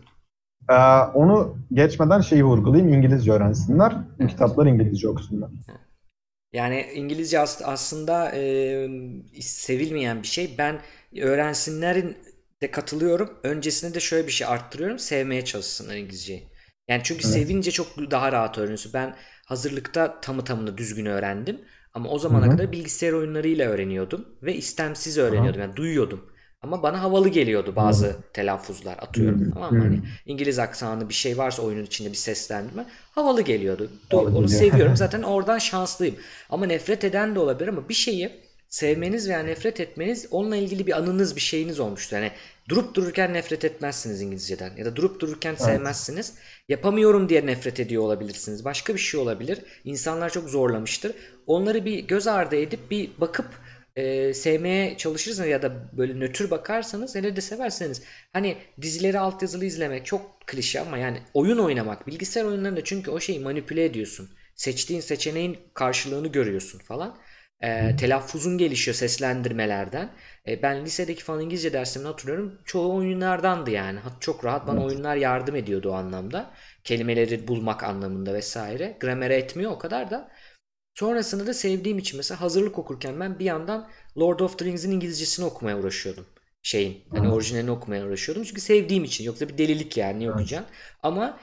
onu geçmeden şeyi vurgulayayım. İngilizce öğrensinler. Bu evet. kitapları İngilizce okusunlar. Yani İngilizce aslında sevilmeyen bir şey. Ben öğrensinlerin de katılıyorum. Öncesinde de şöyle bir şey arttırıyorum. Sevmeye çalışsınlar İngilizceyi. Yani çünkü Evet. sevince çok daha rahat öğreniyorsun. Ben hazırlıkta tamı tamına düzgün öğrendim. Ama o Hı zamana hı. kadar bilgisayar oyunlarıyla öğreniyordum. Ve istemsiz Aha. öğreniyordum. Yani duyuyordum. Ama bana havalı geliyordu bazı Anladım. telaffuzlar Hı atıyorum. Tamam mı? hı. Hani İngiliz aksanı bir şey varsa oyunun içinde bir seslendirme havalı geliyordu. Doğru Onu geliyor. seviyorum. Zaten oradan şanslıyım. Ama nefret eden de olabilir ama bir şeyi sevmeniz veya nefret etmeniz onunla ilgili bir anınız bir şeyiniz olmuştur. Yani durup dururken nefret etmezsiniz İngilizceden ya da durup dururken Evet. sevmezsiniz. Yapamıyorum diye nefret ediyor olabilirsiniz. Başka bir şey olabilir. İnsanlar çok zorlamıştır. Onları bir göz ardı edip bir bakıp sevmeye çalışırsanız ya da böyle nötr bakarsanız hele de severseniz hani dizileri altyazılı izlemek çok klişe ama yani oyun oynamak bilgisayar oyunlarında çünkü o şeyi manipüle ediyorsun. Seçtiğin seçeneğin karşılığını görüyorsun falan. Hı hı. Telaffuzun gelişiyor seslendirmelerden. Ben lisedeki falan İngilizce derslerini hatırlıyorum. Çoğu oyunlardandı yani. Çok rahat bana Evet. oyunlar yardım ediyordu o anlamda. Kelimeleri bulmak anlamında vesaire. Gramere etmiyor o kadar da. Sonrasında da sevdiğim için mesela hazırlık okurken ben bir yandan Lord of the Rings'in İngilizcesini okumaya uğraşıyordum. Şeyin hani Evet. orijinalini okumaya uğraşıyordum. Çünkü sevdiğim için yoksa bir delilik yani ne Evet. okuyacaksın. Ama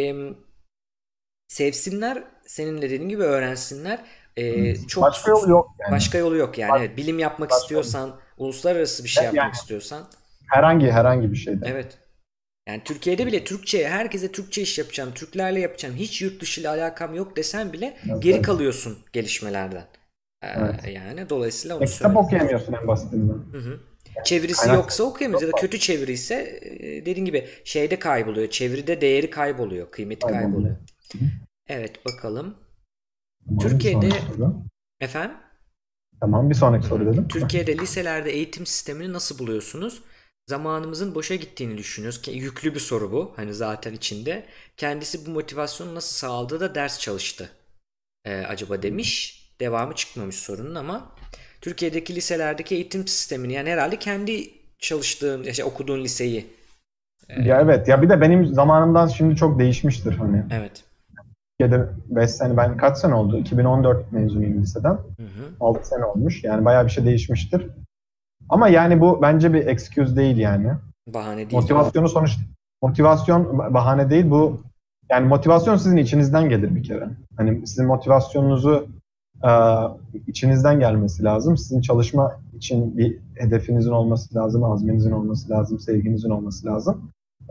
sevsinler senin de dediğin gibi öğrensinler. Evet. Çok Başka yol yok yani. başka yolu yok yani. Baş- Evet, bilim yapmak Başka yol. istiyorsan, uluslararası bir şey Yani yapmak istiyorsan herhangi bir şeyde. evet. Yani Türkiye'de bile Türkçe, herkese Türkçe iş yapacağım, Türklerle yapacağım, hiç yurt dışı ile alakam yok desen bile Evet. geri Evet. kalıyorsun gelişmelerden. Evet. Yani dolayısıyla onu Kitap söyleyeyim. okuyamıyorsun en basitinden. Hı hı. Çevirisi Kaynak yoksa okuyamıyoruz ya da yok. kötü çeviri ise dediğin gibi şeyde kayboluyor. Çeviride değeri kayboluyor, kıymeti Kayboluyor. kayboluyor. Evet bakalım. Tamam, bir sonraki Türkiye'de soru. efendim? Tamam, bir sonraki Hı soru hı. dedim. Türkiye'de liselerde eğitim sistemini nasıl buluyorsunuz? Zamanımızın boşa gittiğini düşünüyoruz. Yüklü bir soru bu. Hani zaten içinde. Kendisi bu motivasyonu nasıl sağladı da ders çalıştı acaba demiş. Devamı çıkmamış sorunun ama Türkiye'deki liselerdeki eğitim sistemini yani herhalde kendi çalıştığın, işte okuduğun liseyi. Ya evet, ya bir de benim zamanımdan şimdi çok değişmiştir hani. Evet. Türkiye'de 5 sene, ben kaç sene oldu? 2014 mezunuyum liseden. Hı hı. 6 sene olmuş. Yani bayağı bir şey değişmiştir. Ama yani bu bence bir excuse değil yani. Bahane değil değil mi? Motivasyonu sonuç motivasyon bahane değil bu. Yani motivasyon sizin içinizden gelir bir kere. Hani sizin motivasyonunuzu e, içinizden gelmesi lazım. Sizin çalışma için bir hedefinizin olması lazım, azminizin olması lazım, sevginizin olması lazım.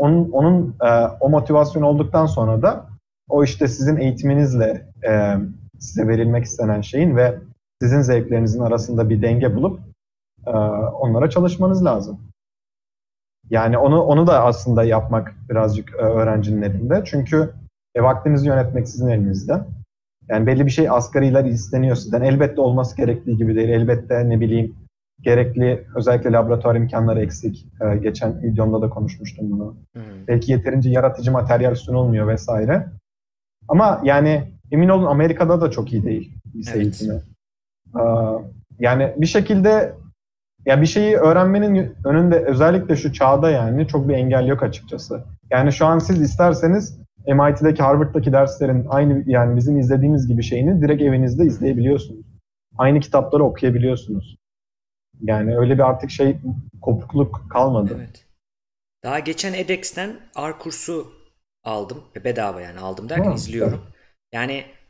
O motivasyon olduktan sonra da o işte sizin eğitiminizle size verilmek istenen şeyin ve sizin zevklerinizin arasında bir denge bulup onlara çalışmanız lazım. Yani onu da aslında yapmak birazcık öğrencinin elinde. Çünkü vaktinizi yönetmek sizin elinizde. Yani belli bir şey asgariler isteniyor sizden. Elbette olması gerektiği gibi değil. Elbette ne bileyim gerekli özellikle laboratuvar imkanları eksik. Geçen videomda da konuşmuştum bunu. Hı hı. Belki yeterince yaratıcı materyal sunulmuyor vesaire. Ama yani emin olun Amerika'da da çok iyi değil lise Evet. eğitimi. Ee, Yani bir şekilde ya bir şeyi öğrenmenin önünde özellikle şu çağda yani çok bir engel yok açıkçası. Yani şu an siz isterseniz MIT'deki, Harvard'daki derslerin aynı yani bizim izlediğimiz gibi şeyini direkt evinizde izleyebiliyorsunuz. Aynı kitapları okuyabiliyorsunuz. Yani öyle bir artık şey kopukluk kalmadı. Evet. Daha geçen edX'ten R kursu aldım. Bedava yani aldım derken Ha, güzel. izliyorum. Yani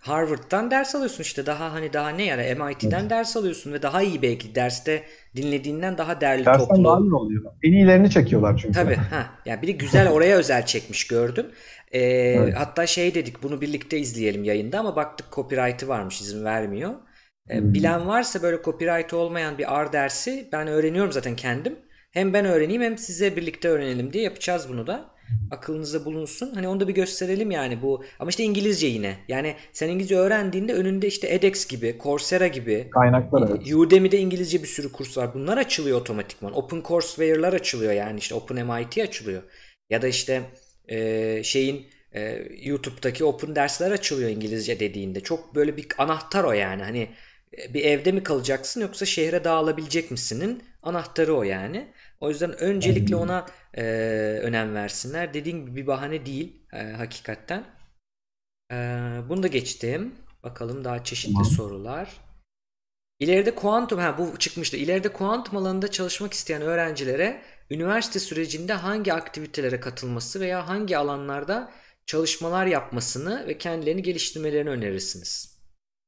Harvard'dan ders alıyorsun işte daha hani daha ne yani MIT'den Evet. ders alıyorsun ve daha iyi belki derste dinlediğinden daha derli Dersten daha toplu. iyi oluyor. En iyilerini çekiyorlar çünkü. Tabii ha yani bir de güzel oraya özel çekmiş gördüm. Evet. Hatta şey dedik bunu birlikte izleyelim yayında ama baktık copyright'ı varmış izin vermiyor. Bilen Hmm. varsa böyle copyright olmayan bir R dersi ben öğreniyorum zaten kendim. Hem ben öğreneyim hem size birlikte öğrenelim diye yapacağız bunu da. Aklınızda bulunsun. Hani onu da bir gösterelim yani bu. Ama işte İngilizce yine. Yani sen İngilizce öğrendiğinde önünde işte edX gibi, Coursera gibi, Kaynaklar, evet. Udemy'de İngilizce bir sürü kurs var. Bunlar açılıyor otomatikman. OpenCourseware'lar açılıyor yani işte OpenMIT açılıyor. Ya da işte şeyin YouTube'daki Open dersler açılıyor İngilizce dediğinde. Çok böyle bir anahtar o yani. Hani bir evde mi kalacaksın yoksa şehre dağılabilecek misinin anahtarı o yani. O yüzden öncelikle Aynen. ona önem versinler. Dediğim gibi bir bahane değil hakikaten. Bunu da geçtim. Bakalım daha çeşitli Tamam. sorular. İleride kuantum, ha bu çıkmıştı. İleride kuantum alanında çalışmak isteyen öğrencilere üniversite sürecinde hangi aktivitelere katılması veya hangi alanlarda çalışmalar yapmasını ve kendilerini geliştirmelerini önerirsiniz.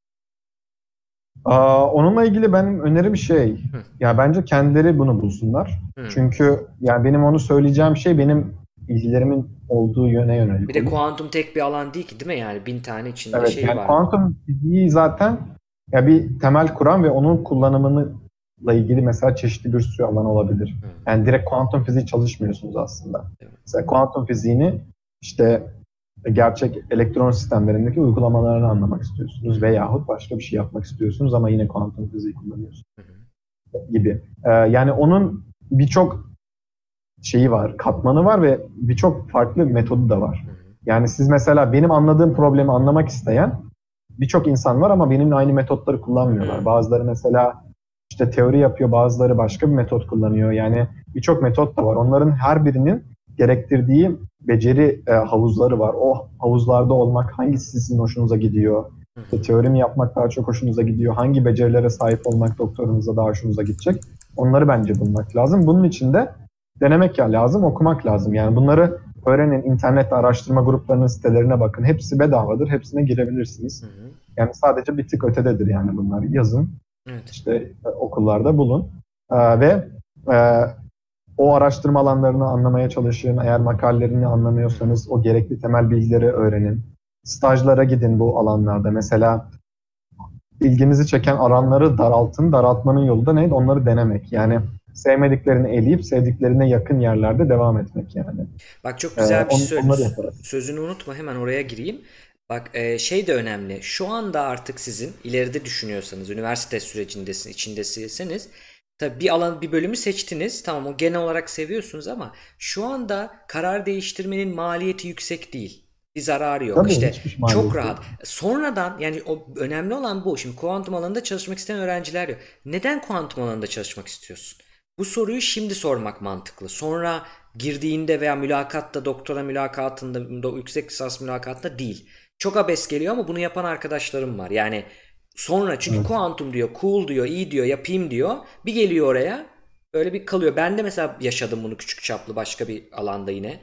Onunla ilgili benim önerim şey, Hı, ya bence kendileri bunu bulsunlar. hı. Çünkü yani benim onu söyleyeceğim şey benim ilgilerimin olduğu yöne Bir yönelik de olur. kuantum tek bir alan değil ki değil mi? Yani 1000 tane içinde Evet, şey yani var. kuantum fiziği zaten ya bir temel kuran ve onun kullanımıyla ilgili mesela çeşitli bir sürü alan olabilir. Hı, Yani direkt kuantum fiziği çalışmıyorsunuz aslında. değil mi? Mesela kuantum fiziğini işte gerçek elektron sistemlerindeki uygulamalarını anlamak Hı, istiyorsunuz veyahut başka bir şey yapmak istiyorsunuz ama yine kuantum fiziği kullanıyorsunuz hı, hı, gibi. Yani onun birçok şeyi var, katmanı var ve birçok farklı metodu da var. hı, Yani siz mesela benim anladığım problemi anlamak isteyen birçok insan var ama benimle aynı metotları kullanmıyorlar. hı. Bazıları mesela işte teori yapıyor, bazıları başka bir metot kullanıyor. Yani birçok metot da var. Onların her birinin gerektirdiği beceri havuzları var. O havuzlarda olmak hangisi sizin hoşunuza gidiyor? Hı İşte hı. teori mi yapmak daha çok hoşunuza gidiyor? Hangi becerilere sahip olmak doktorunuza daha hoşunuza gidecek? Onları bence bulmak lazım. Bunun için de denemek ya lazım, okumak lazım. Yani bunları öğrenin, internette araştırma gruplarının sitelerine bakın. Hepsi bedavadır, hepsine Hı girebilirsiniz. hı. Yani sadece bir tık ötededir yani bunlar. Yazın, Evet. işte okullarda bulun. Ve e, o araştırma alanlarını anlamaya çalışın. Eğer makalelerini Hı hı. anlamıyorsanız o gerekli temel bilgileri öğrenin. Stajlara gidin bu alanlarda. Mesela ilginizi çeken alanları daraltın. Daraltmanın yolu da neydi? Onları denemek. Hı hı. Yani sevmediklerini eleyip sevdiklerine yakın yerlerde devam etmek yani. Bak çok güzel bir şey Onları söyledin. yaparak. Sözünü unutma hemen oraya gireyim. Bak şey de önemli. Şu anda artık sizin ileride düşünüyorsanız, üniversite sürecindesiniz, içindesiniz. Tabii bir alan, bir bölümü seçtiniz. Tamam o genel olarak seviyorsunuz ama şu anda karar değiştirmenin maliyeti yüksek değil. Bir zararı yok. Tabii İşte hiçbir çok maliyeti rahat. yok. Sonradan yani o önemli olan bu. Şimdi kuantum alanında çalışmak isteyen öğrenciler diyor. Neden kuantum alanında çalışmak istiyorsun? Bu soruyu şimdi sormak mantıklı. Sonra girdiğinde veya mülakatta, doktora mülakatında, yüksek lisans mülakatında değil. Çok abes geliyor ama bunu yapan arkadaşlarım var. Yani sonra çünkü Evet. kuantum diyor, cool diyor, iyi diyor, yapayım diyor. Bir geliyor oraya böyle bir kalıyor. Ben de mesela yaşadım bunu küçük çaplı başka bir alanda yine.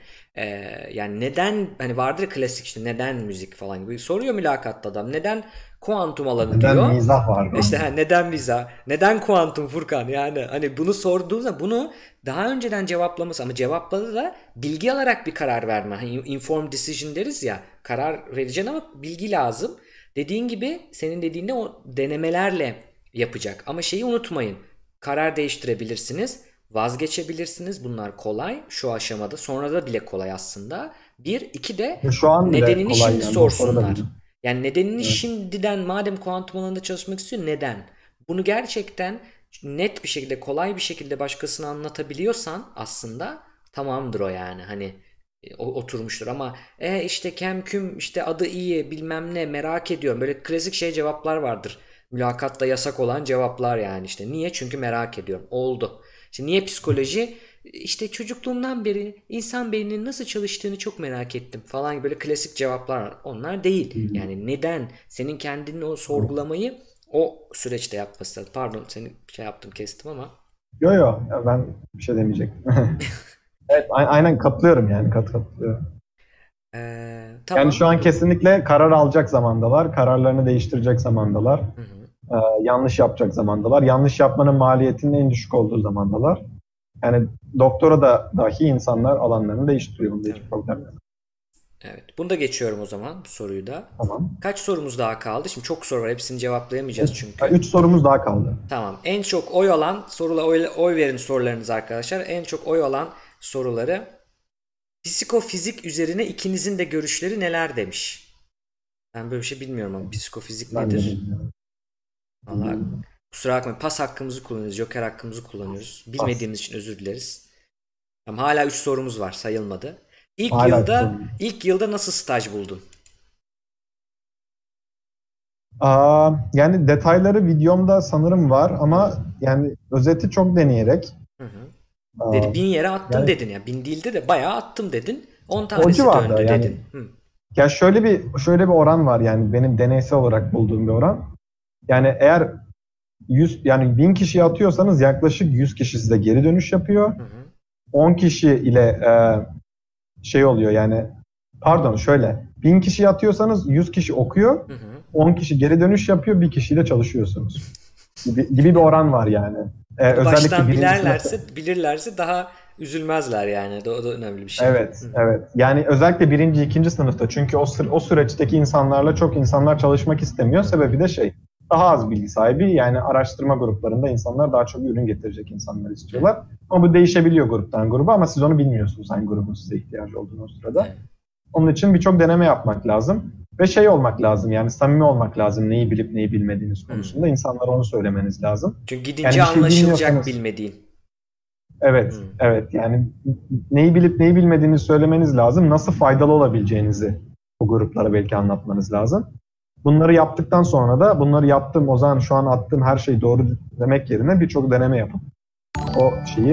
Yani neden hani vardır ya klasik işte neden müzik falan gibi soruyor mülakatta adam. Neden kuantum alanı Neden diyor. mizah var İşte orada? neden viza? Neden kuantum Furkan? Yani hani bunu sorduğunda bunu daha önceden cevaplaması ama cevapladı da bilgi alarak bir karar verme. Hani informed decision deriz ya. Karar vereceksin ama bilgi lazım. Dediğin gibi senin dediğinde o denemelerle yapacak. Ama şeyi unutmayın. Karar değiştirebilirsiniz. Vazgeçebilirsiniz. Bunlar kolay şu aşamada. Sonra da bile kolay aslında. Bir, iki de Şu an bile nedenini kolay şimdi yani doktora da bile. sorsunlar. Yani nedenini Evet. şimdiden madem kuantum alanında çalışmak istiyor neden? Bunu gerçekten net bir şekilde kolay bir şekilde başkasına anlatabiliyorsan aslında tamamdır o yani hani oturmuştur ama işte kemküm işte adı iyi bilmem ne merak ediyorum böyle klasik şey cevaplar vardır. Mülakatta yasak olan cevaplar yani işte niye? Çünkü merak ediyorum. Oldu. İşte niye psikoloji? İşte çocukluğumdan beri insan beyninin nasıl çalıştığını çok merak ettim falan böyle klasik cevaplar var. Onlar değil. Hmm. Yani neden? Senin kendini o Evet. sorgulamayı o süreçte yapması lazım. Pardon seni şey yaptım kestim ama. Yo yo ya ben bir şey demeyecektim. Evet aynen katılıyorum yani katılıyorum. Yani Tamam. şu an kesinlikle karar alacak zamandalar, kararlarını değiştirecek zamandalar, Hı hı. yanlış yapacak zamandalar, yanlış yapmanın maliyetinin en düşük olduğu zamandalar. Yani doktora da dahi insanlar alanlarını değiştiriyor. Bunda hiç Evet. problem yok. Evet. Bunu da geçiyorum o zaman, bu soruyu da. Tamam. Kaç sorumuz daha kaldı? Şimdi çok soru var. Hepsini cevaplayamayacağız çünkü. 3 sorumuz daha kaldı. Tamam. En çok oy alan sorular, oy verin sorularınız arkadaşlar. En çok oy alan soruları. Psikofizik üzerine ikinizin de görüşleri neler demiş. Ben böyle bir şey bilmiyorum ama psikofizik Ben de nedir? bilmiyorum. Valla kusura bakmayın, pas hakkımızı kullanıyoruz. Joker hakkımızı kullanıyoruz. Pas. Bilmediğimiz için özür dileriz. Ama hala 3 sorumuz var, sayılmadı. İlk Hala 3 yılda sorumuz. ilk yılda nasıl staj buldun? Yani detayları videomda sanırım var ama yani özeti çok deneyerek. Hı hı. Aa, Dedi 1.000 yere attım yani dedin ya. 1.000 değildi de bayağı attım dedin. 10 o tanesi civarda döndü yani. dedin. Hı. Ya şöyle bir oran var yani benim deneysel olarak bulduğum bir oran. Yani eğer 100 yani 1000 kişiye atıyorsanız yaklaşık 100 kişi size geri dönüş yapıyor. Hı hı. 10 kişi ile şey oluyor yani pardon şöyle 1000 kişiye atıyorsanız 100 kişi okuyor. Hı hı. 10 kişi geri dönüş yapıyor. Bir kişiyle çalışıyorsunuz. Gibi bir oran var yani. Bunu Özellikle baştan birinci sınıfta. bilirlerse daha üzülmezler yani. O da önemli bir şey. Hı Evet, hı. evet. Yani özellikle birinci, ikinci sınıfta. Çünkü o süreçteki insanlarla çok insanlar çalışmak istemiyor. Hı hı. Sebebi de daha az bilgi sahibi. Yani araştırma gruplarında insanlar daha çok ürün getirecek insanlar Evet. istiyorlar. Ama bu değişebiliyor gruptan gruba ama siz onu bilmiyorsunuz hangi grubun size ihtiyacı olduğunu o sırada. Evet. Onun için birçok deneme yapmak lazım. Ve olmak lazım yani samimi olmak lazım neyi bilip neyi bilmediğiniz Hı. konusunda. İnsanlara onu söylemeniz lazım. Çünkü Yani gidince bir şey anlaşılacak bilmiyorsanız bilmediğin. evet, Hı. evet. Yani neyi bilip neyi bilmediğinizi söylemeniz lazım. Nasıl faydalı olabileceğinizi bu gruplara belki anlatmanız lazım. Bunları yaptıktan sonra da bunları yaptım o zaman şu an attığım her şey doğru demek yerine birçok deneme yapıp o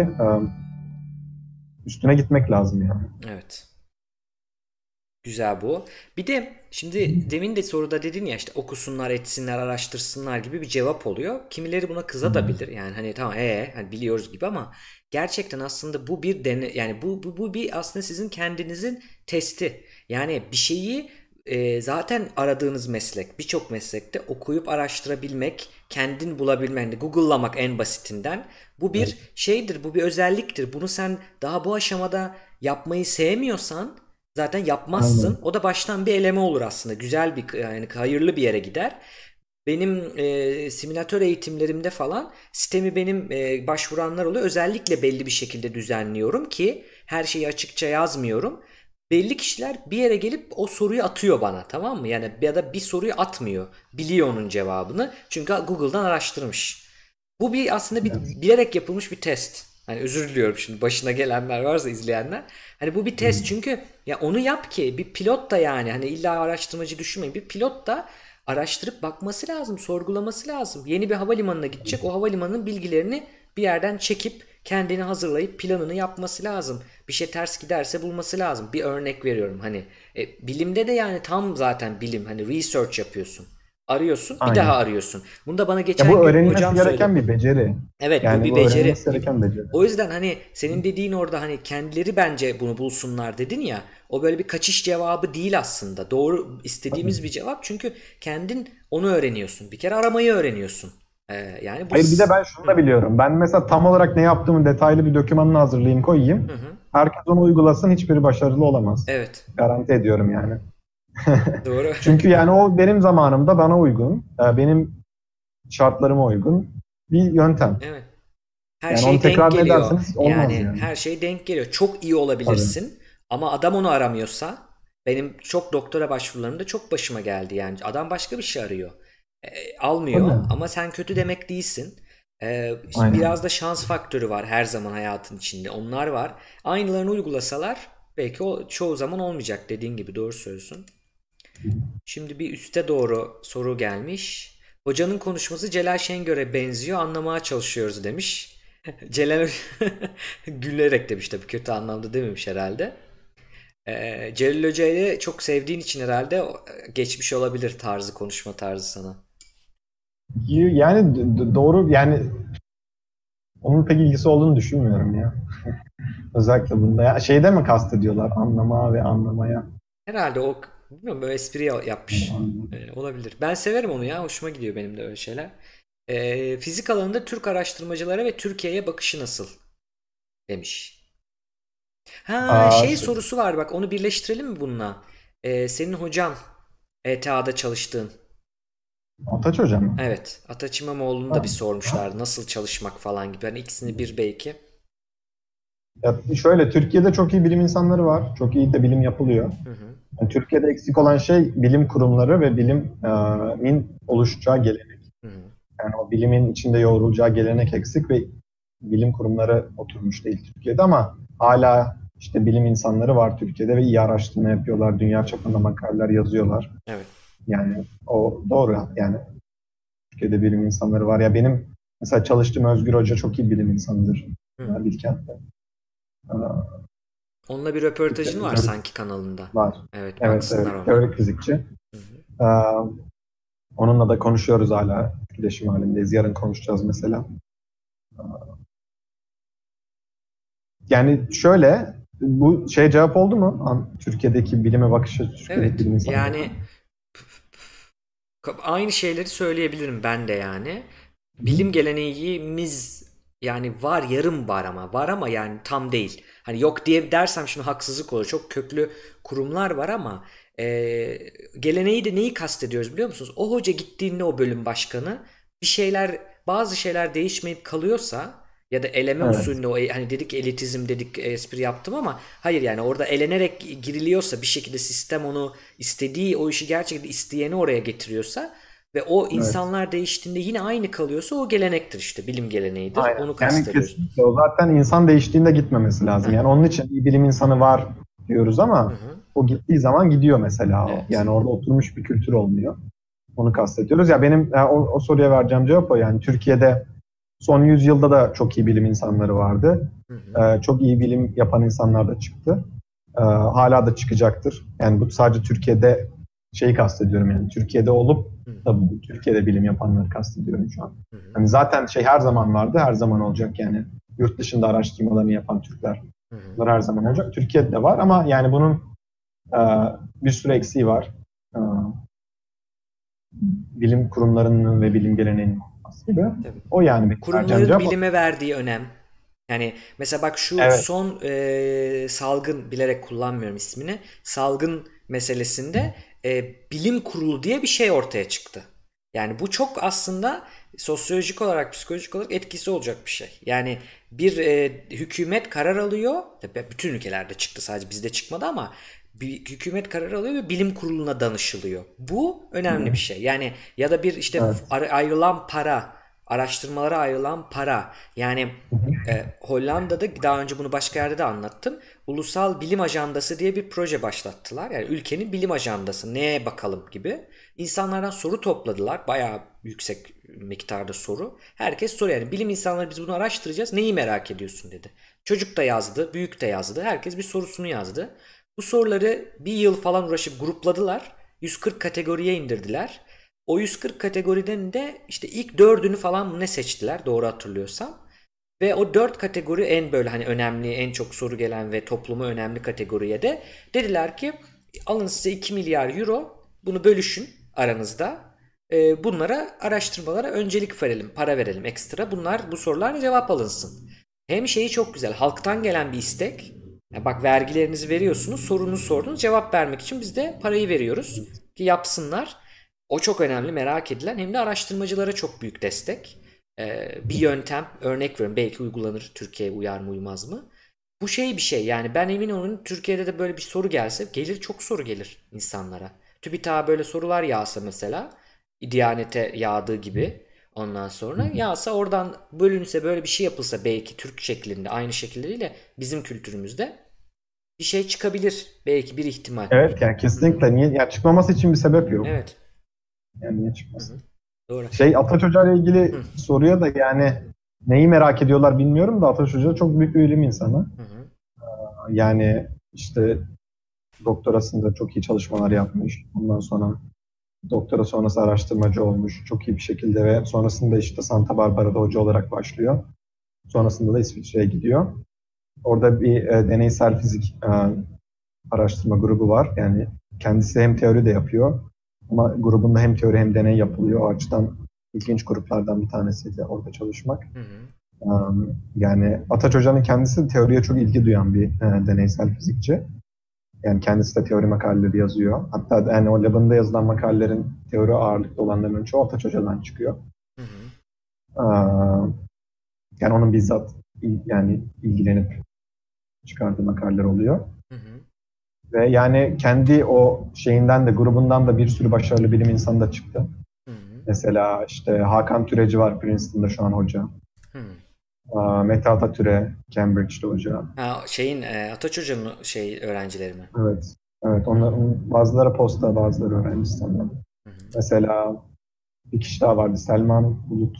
üstüne gitmek lazım yani. Evet. Güzel bu. Bir de şimdi demin de soruda dedin ya, işte okusunlar, etsinler, araştırsınlar gibi bir cevap oluyor. Kimileri buna kızabilir. Yani hani tamam hani biliyoruz gibi ama gerçekten aslında bu bir yani bu bir aslında sizin kendinizin testi. Yani bir şeyi zaten aradığınız meslek, birçok meslekte okuyup araştırabilmek, kendin bulabilmen, yani Google'lamak en basitinden. Bu bir Evet, şeydir, bu bir özelliktir. Bunu sen daha bu aşamada yapmayı sevmiyorsan zaten yapmazsın. aynen. O da baştan bir eleme olur aslında. Güzel bir, yani hayırlı bir yere gider. Benim simülatör eğitimlerimde falan sitemi benim başvuranlar oluyor. Özellikle belli bir şekilde düzenliyorum ki her şeyi açıkça yazmıyorum. Belli kişiler bir yere gelip o soruyu atıyor bana, tamam mı? Yani ya da bir soruyu atmıyor. Biliyor onun cevabını. Çünkü Google'dan araştırmış. Bu bir aslında bir Evet. bilerek yapılmış bir test. Hani özür diliyorum şimdi başına gelenler varsa, izleyenler. Hani bu bir test çünkü ya onu yap ki bir pilot da, yani hani illa araştırmacı düşünmeyin. Bir pilot da araştırıp bakması lazım, sorgulaması lazım. Yeni bir havalimanına gidecek. O havalimanının bilgilerini bir yerden çekip kendini hazırlayıp planını yapması lazım. Bir şey ters giderse bulması lazım. Bir örnek veriyorum hani bilimde de yani tam zaten bilim, hani research yapıyorsun. Arıyorsun, bir daha Aynen. arıyorsun. Bunu da bana Ya bu geçen gün öğrenilmesi hocam gereken söyledi. bir beceri. Evet, bu Yani bir bu beceri. öğrenilmesi gereken beceri. O yüzden hani senin dediğin orada, hani kendileri bence bunu bulsunlar dedin ya. O böyle bir kaçış cevabı değil aslında. Doğru, Tabii. istediğimiz bir cevap. Çünkü kendin onu öğreniyorsun. Bir kere aramayı öğreniyorsun. Yani bu Hayır bir de ben şunu da biliyorum. Ben mesela tam olarak ne yaptığımı detaylı bir dokümanını hazırlayayım koyayım. hı hı. Herkes onu uygulasın hiçbiri başarılı olamaz. Evet. Garanti ediyorum yani. Doğru. Çünkü yani o benim zamanımda bana uygun, benim şartlarıma uygun bir yöntem. Evet. Her Yani onu şey denk tekrar geliyor. ederseniz olmaz Yani yani. her şey denk geliyor. Çok iyi Tabii. olabilirsin ama adam onu aramıyorsa, benim çok doktora başvurularımda çok başıma geldi yani. Adam başka bir şey arıyor. Almıyor Tabii. ama sen kötü demek değilsin. İşte Aynen. biraz da şans faktörü var her zaman hayatın içinde. Onlar var. Aynılarını uygulasalar belki o çoğu zaman olmayacak, dediğin gibi doğru söylüyorsun. Şimdi bir üste doğru soru gelmiş. Hocanın konuşması Celal Şengör'e benziyor, anlamaya çalışıyoruz demiş. Celal gülerek demiş, tabii kötü anlamda dememiş herhalde. Celal Hoca'yı çok sevdiğin için herhalde geçmiş olabilir tarzı, konuşma tarzı sana. Yani doğru yani onun pek ilgisi olduğunu düşünmüyorum ya. Özellikle bunda. Ya şeyde mi kastediyorlar anlama ve anlamaya? Herhalde o Bilmiyorum, böyle espri yapmış. Olabilir. Ben severim onu ya. Hoşuma gidiyor benim de öyle şeyler. Fizik alanında Türk araştırmacılara ve Türkiye'ye bakışı nasıl? Demiş. Ha, Aa, şey sorusu var bak, onu birleştirelim mi bununla? Senin hocan ETH'da çalıştığın. Ataç hocam mı? Evet. Ataç İmamoğlu'nu da bir sormuşlar. Nasıl çalışmak falan gibi. Hani ikisini bir belki. Ya şöyle, Türkiye'de çok iyi bilim insanları var. Çok iyi de bilim yapılıyor. Hı hı. Yani Türkiye'de eksik olan şey bilim kurumları ve bilimin oluşacağı gelenek. Hı hı. Yani o bilimin içinde yoğrulacağı gelenek eksik ve bilim kurumları oturmuş değil Türkiye'de, ama hala işte bilim insanları var Türkiye'de ve iyi araştırma yapıyorlar. Dünya çapında makaleler yazıyorlar. Evet. Yani o doğru. Yani Türkiye'de bilim insanları var. Ya benim mesela çalıştığım Özgür Hoca çok iyi bilim insanıdır. Hı hı. Bilkent'te. Ee, Onunla bir röportajın var Türkiye'de sanki kanalında. var. Evet, Evet, baksınlar evet. ona. Teorik fizikçi. Hı hı. Ee, Onunla da konuşuyoruz hala. İletişim halindeyiz. Yarın konuşacağız mesela. Yani şöyle, bu şey cevap oldu mu? Türkiye'deki bilime bakışı, Türkiye'deki Evet. bilim insanları. Yani aynı şeyleri söyleyebilirim ben de yani. Hı. Bilim geleneğimiz yani var, yarım var ama var ama yani tam değil. Hani yok diye dersem şimdi haksızlık olur. Çok köklü kurumlar var ama e, geleneği de neyi kastediyoruz biliyor musunuz? O hoca gittiğinde, o bölüm başkanı, bir şeyler, bazı şeyler değişmeyip kalıyorsa ya da eleme Evet, usulünde, o hani dedik elitizm dedik, espri yaptım ama hayır, yani orada elenerek giriliyorsa bir şekilde, sistem onu istediği, o işi gerçekten isteyeni oraya getiriyorsa ve o evet. insanlar değiştiğinde yine aynı kalıyorsa o gelenektir, işte bilim geleneğidir. Aynen. Onu Yani kastediyoruz. kesinlikle o zaten insan değiştiğinde gitmemesi lazım. Heh. Yani onun için iyi bilim insanı var diyoruz Hı ama hı. o gittiği zaman gidiyor mesela o. Evet. Yani orada oturmuş bir kültür olmuyor. Onu kastediyoruz. Ya benim o soruya vereceğim cevap o. Yani Türkiye'de son 100 yılda da çok iyi bilim insanları vardı. Hı hı. Çok iyi bilim yapan insanlar da çıktı. Hala da çıkacaktır. Yani bu sadece Türkiye'de şeyi kastediyorum, yani Türkiye'de olup Hı hı. da Türkiye'de bilim yapanları kastediyorum şu an. Hı hı. Hani zaten şey her zaman vardı, her zaman olacak yani. Yurt dışında araştırmalarını yapan Türkler. Hı hı. Bunlar her zaman olacak. Türkiye'de de var ama yani bunun e, bir sürü eksiği var. E, Bilim kurumlarının ve bilim geleneğinin olması gibi. Tabii. O yani benim vereceğim Kurumların cevap. bilime verdiği önem. Yani mesela bak, şu Evet. son salgın, bilerek kullanmıyorum ismini, salgın meselesinde bilim kurulu diye bir şey ortaya çıktı. Yani bu çok aslında sosyolojik olarak, psikolojik olarak etkisi olacak bir şey. Yani bir hükümet karar alıyor. Tabii bütün ülkelerde çıktı, sadece bizde çıkmadı ama bir hükümet karar alıyor ve bilim kuruluna danışılıyor. Bu önemli bir şey. Yani ya da bir işte Evet. ayrılan para, araştırmalara ayrılan para. Yani Hollanda'da, daha önce bunu başka yerde de anlattım. Ulusal Bilim Ajandası diye bir proje başlattılar. Yani ülkenin bilim ajandası, neye bakalım gibi. İnsanlardan soru topladılar. Bayağı yüksek miktarda soru. Herkes soruyor. Yani bilim insanları, biz bunu araştıracağız. Neyi merak ediyorsun dedi. Çocuk da yazdı, büyük de yazdı. Herkes bir sorusunu yazdı. Bu soruları bir yıl falan uğraşıp grupladılar. 140 kategoriye indirdiler. O 140 kategoriden de işte ilk 4'ünü falan mı ne seçtiler, doğru hatırlıyorsam. Ve o 4 kategori en böyle hani önemli, en çok soru gelen ve topluma önemli kategoriye de dediler ki alın size 2 milyar euro, bunu bölüşün aranızda. Bunlara, araştırmalara öncelik verelim, para verelim ekstra. Bu sorularla cevap alınsın. Hem şeyi çok güzel, halktan gelen bir istek. Ya bak, vergilerinizi veriyorsunuz, sorunuzu sordunuz, cevap vermek için biz de parayı veriyoruz ki yapsınlar. O çok önemli, merak edilen, hem de araştırmacılara çok büyük destek. Bir yöntem, örnek veriyorum, belki uygulanır, Türkiye'ye uyar mı uymaz mı? Bu şey bir şey yani, ben emin olun Türkiye'de de böyle bir soru gelse, gelir, çok soru gelir insanlara. TÜBİTAK'a böyle sorular yağsa mesela, Diyanet'e yağdığı gibi, ondan sonra yağsa, oradan bölünse, böyle bir şey yapılsa belki Türk şeklinde, aynı şekilleriyle bizim kültürümüzde bir şey çıkabilir, belki bir ihtimal. Evet, yani Hı hı. kesinlikle. Niye? Yani çıkmaması için bir sebep yok. Evet. Yani niye Hı hı. çıkmasın? Doğru. Şey, Ataç Hoca ile ilgili Hı soruya da yani neyi merak ediyorlar bilmiyorum da Ataç Hoca çok büyük bir bilim insanı. hı. Hı. Yani işte doktorasında çok iyi çalışmalar yapmış. Ondan sonra doktora sonrası araştırmacı olmuş. Çok iyi bir şekilde ve sonrasında işte Santa Barbara'da hoca olarak başlıyor. Sonrasında da İsviçre'ye gidiyor. Orada bir deneysel fizik araştırma grubu var. Yani kendisi hem teori de yapıyor ama grubunda hem teori hem deney yapılıyor. O açıdan ilginç gruplardan bir tanesiydi orada çalışmak. Hı hı. Yani Ataç Hoca'nın kendisi teoriye çok ilgi duyan bir deneysel fizikçi. Yani kendisi de teori makaleleri yazıyor. Hatta yani o labında yazılan makalelerin teori ağırlıklı olanların çoğu Ataç Hoca'dan çıkıyor. Hı hı. Yani onun bizzat yani ilgilenip çıkardığı makaleler oluyor. Hı hı. Ve yani kendi o şeyinden de grubundan da bir sürü başarılı bilim insanı da çıktı. Hı hı. Mesela işte Hakan Türeci var Princeton'da şu an hoca. Hı. Mete Atatürk'e Cambridge'de hoca. Ha, şeyin Ataç Hoca'nın öğrencileri mi? Evet. Evet, onların bazıları posta, bazıları öğrenci sanırım. Hı hı. Mesela bir kişi daha vardı, Selman Bulut.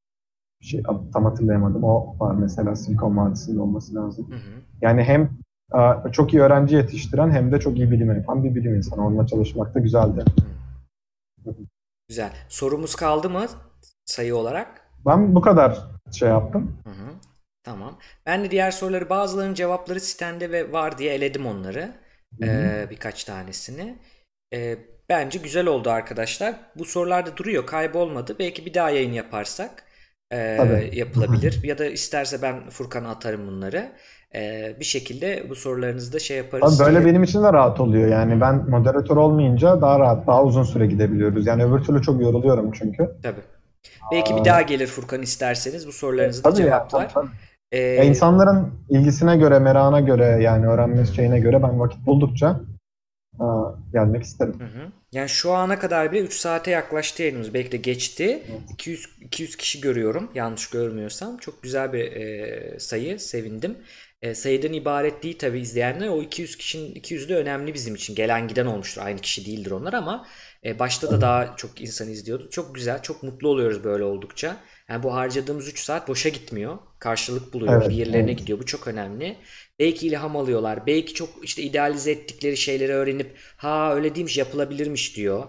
Tam hatırlayamadım. O var mesela, Silikon Vadisi'nde olması lazım. Hı hı. Yani hem çok iyi öğrenci yetiştiren hem de çok iyi bilim yapan bir bilim insanı. Onunla çalışmak da güzeldi. Hı. Güzel. Sorumuz kaldı mı sayı olarak? Ben bu kadar şey yaptım. Hı hı. Tamam. Ben de diğer soruları bazılarının cevapları sitende ve var diye eledim onları. Hı hı. Birkaç tanesini. Bence güzel oldu arkadaşlar. Bu sorular da duruyor, kaybolmadı. Belki bir daha yayın yaparsak Tabii. yapılabilir. Ya da isterse ben Furkan'a atarım bunları. Bir şekilde bu sorularınızı da şey Tabii yaparız. böyle benim için de rahat oluyor. Yani ben moderatör olmayınca daha rahat, daha uzun süre gidebiliyoruz. Yani öbür türlü çok yoruluyorum çünkü. Tabii. Belki bir daha gelir Furkan isterseniz bu sorularınızı da Tabii ya, tabii, cevaplar. tabii. Ya Ee, insanların ilgisine göre, merakına göre, yani öğrenme şeyine göre ben vakit buldukça gelmek isterim. Hı hı. Yani şu ana kadar bile 3 saate yaklaştı yayınımız. Belki de geçti. Evet. 200 kişi görüyorum. Yanlış görmüyorsam. Çok güzel bir sayı. Sevindim. Sayıdan ibaret değil tabii izleyenler. O 200 kişinin 200'ü de önemli bizim için. Gelen giden olmuştur. Aynı kişi değildir onlar ama başta da daha çok insan izliyordu. Çok güzel. Çok mutlu oluyoruz böyle oldukça. Yani bu harcadığımız 3 saat boşa gitmiyor. Karşılık buluyor. Bir Evet, yerlerine evet. gidiyor. Bu çok önemli. Belki ilham alıyorlar. Belki çok işte idealize ettikleri şeyleri öğrenip ha öyle değilmiş yapılabilirmiş diyor.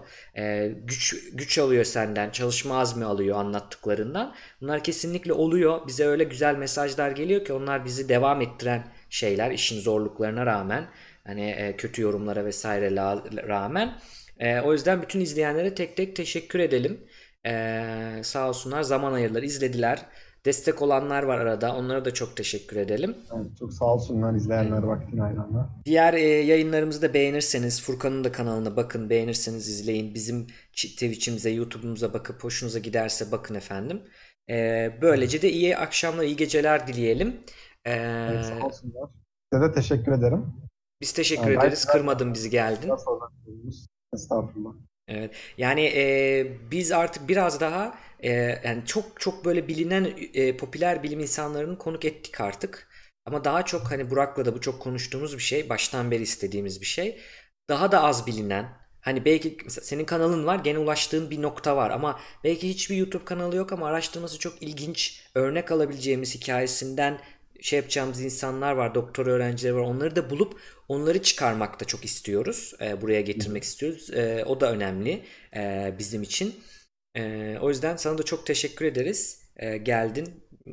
Güç alıyor senden. Çalışma azmi alıyor anlattıklarından. Bunlar kesinlikle oluyor. Bize öyle güzel mesajlar geliyor ki onlar bizi devam ettiren şeyler işin zorluklarına rağmen. Hani kötü yorumlara vesaire rağmen. O yüzden bütün izleyenlere tek tek teşekkür edelim. Sağ olsunlar zaman ayırdılar, izlediler. Destek olanlar var arada. Onlara da çok teşekkür edelim. Evet, çok sağ olsunlar izleyenler, vaktini ayıranlar. Diğer yayınlarımızı da beğenirseniz, Furkan'ın da kanalına bakın, beğenirseniz izleyin. Bizim Twitch'imize, YouTube'umuza bakıp hoşunuza giderse bakın efendim. Böylece de iyi akşamlar, iyi geceler dileyelim. Evet, sağ Ee, olsunlar. Size de teşekkür ederim. Biz teşekkür Gayet ederiz. güzel Kırmadın bizi, geldin. sorular sorduğunuz. Estağfurullah. Evet. Yani biz artık biraz daha yani çok çok böyle bilinen popüler bilim insanlarını konuk ettik artık. Ama daha çok hani Burak'la da bu çok konuştuğumuz bir şey. Baştan beri istediğimiz bir şey. Daha da az bilinen. Hani belki mesela senin kanalın var, gene ulaştığın bir nokta var ama belki hiçbir YouTube kanalı yok ama araştırması çok ilginç, örnek alabileceğimiz hikayesinden şey yapacağımız insanlar var, doktor öğrencileri var. Onları da bulup onları çıkarmak da çok istiyoruz. Buraya getirmek istiyoruz. O da önemli bizim için. O yüzden sana da çok teşekkür ederiz. Geldin,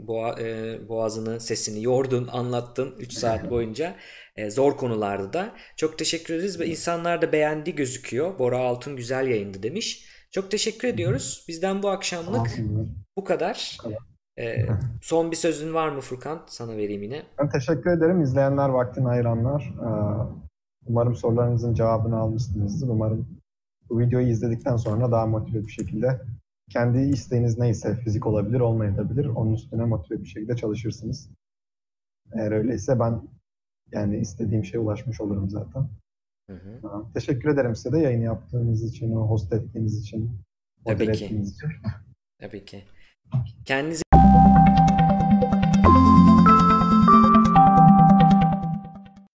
boğazını, sesini yordun, anlattın 3 saat boyunca. Zor konulardı da. Çok teşekkür ederiz ve insanlar da beğendi gözüküyor. Bora Altun güzel yayındı demiş. Çok teşekkür ediyoruz. Bizden bu Sağ akşamlık olsunlar. bu kadar. Bu kadar. Son bir sözün var mı Furkan? Sana vereyim yine. Ben teşekkür ederim. İzleyenler, vaktini ayıranlar. Umarım sorularınızın cevabını almışsınızdır. Umarım bu videoyu izledikten sonra daha motive bir şekilde kendi isteğiniz neyse, fizik olabilir, olmayabilir, onun üstüne motive bir şekilde çalışırsınız. Eğer öyleyse ben yani istediğim şeye ulaşmış olurum zaten. Hı hı. Teşekkür ederim size de yayını yaptığınız için, host ettiğiniz için, Tabii modere ki. ettiğiniz için. Tabii ki. Kendinize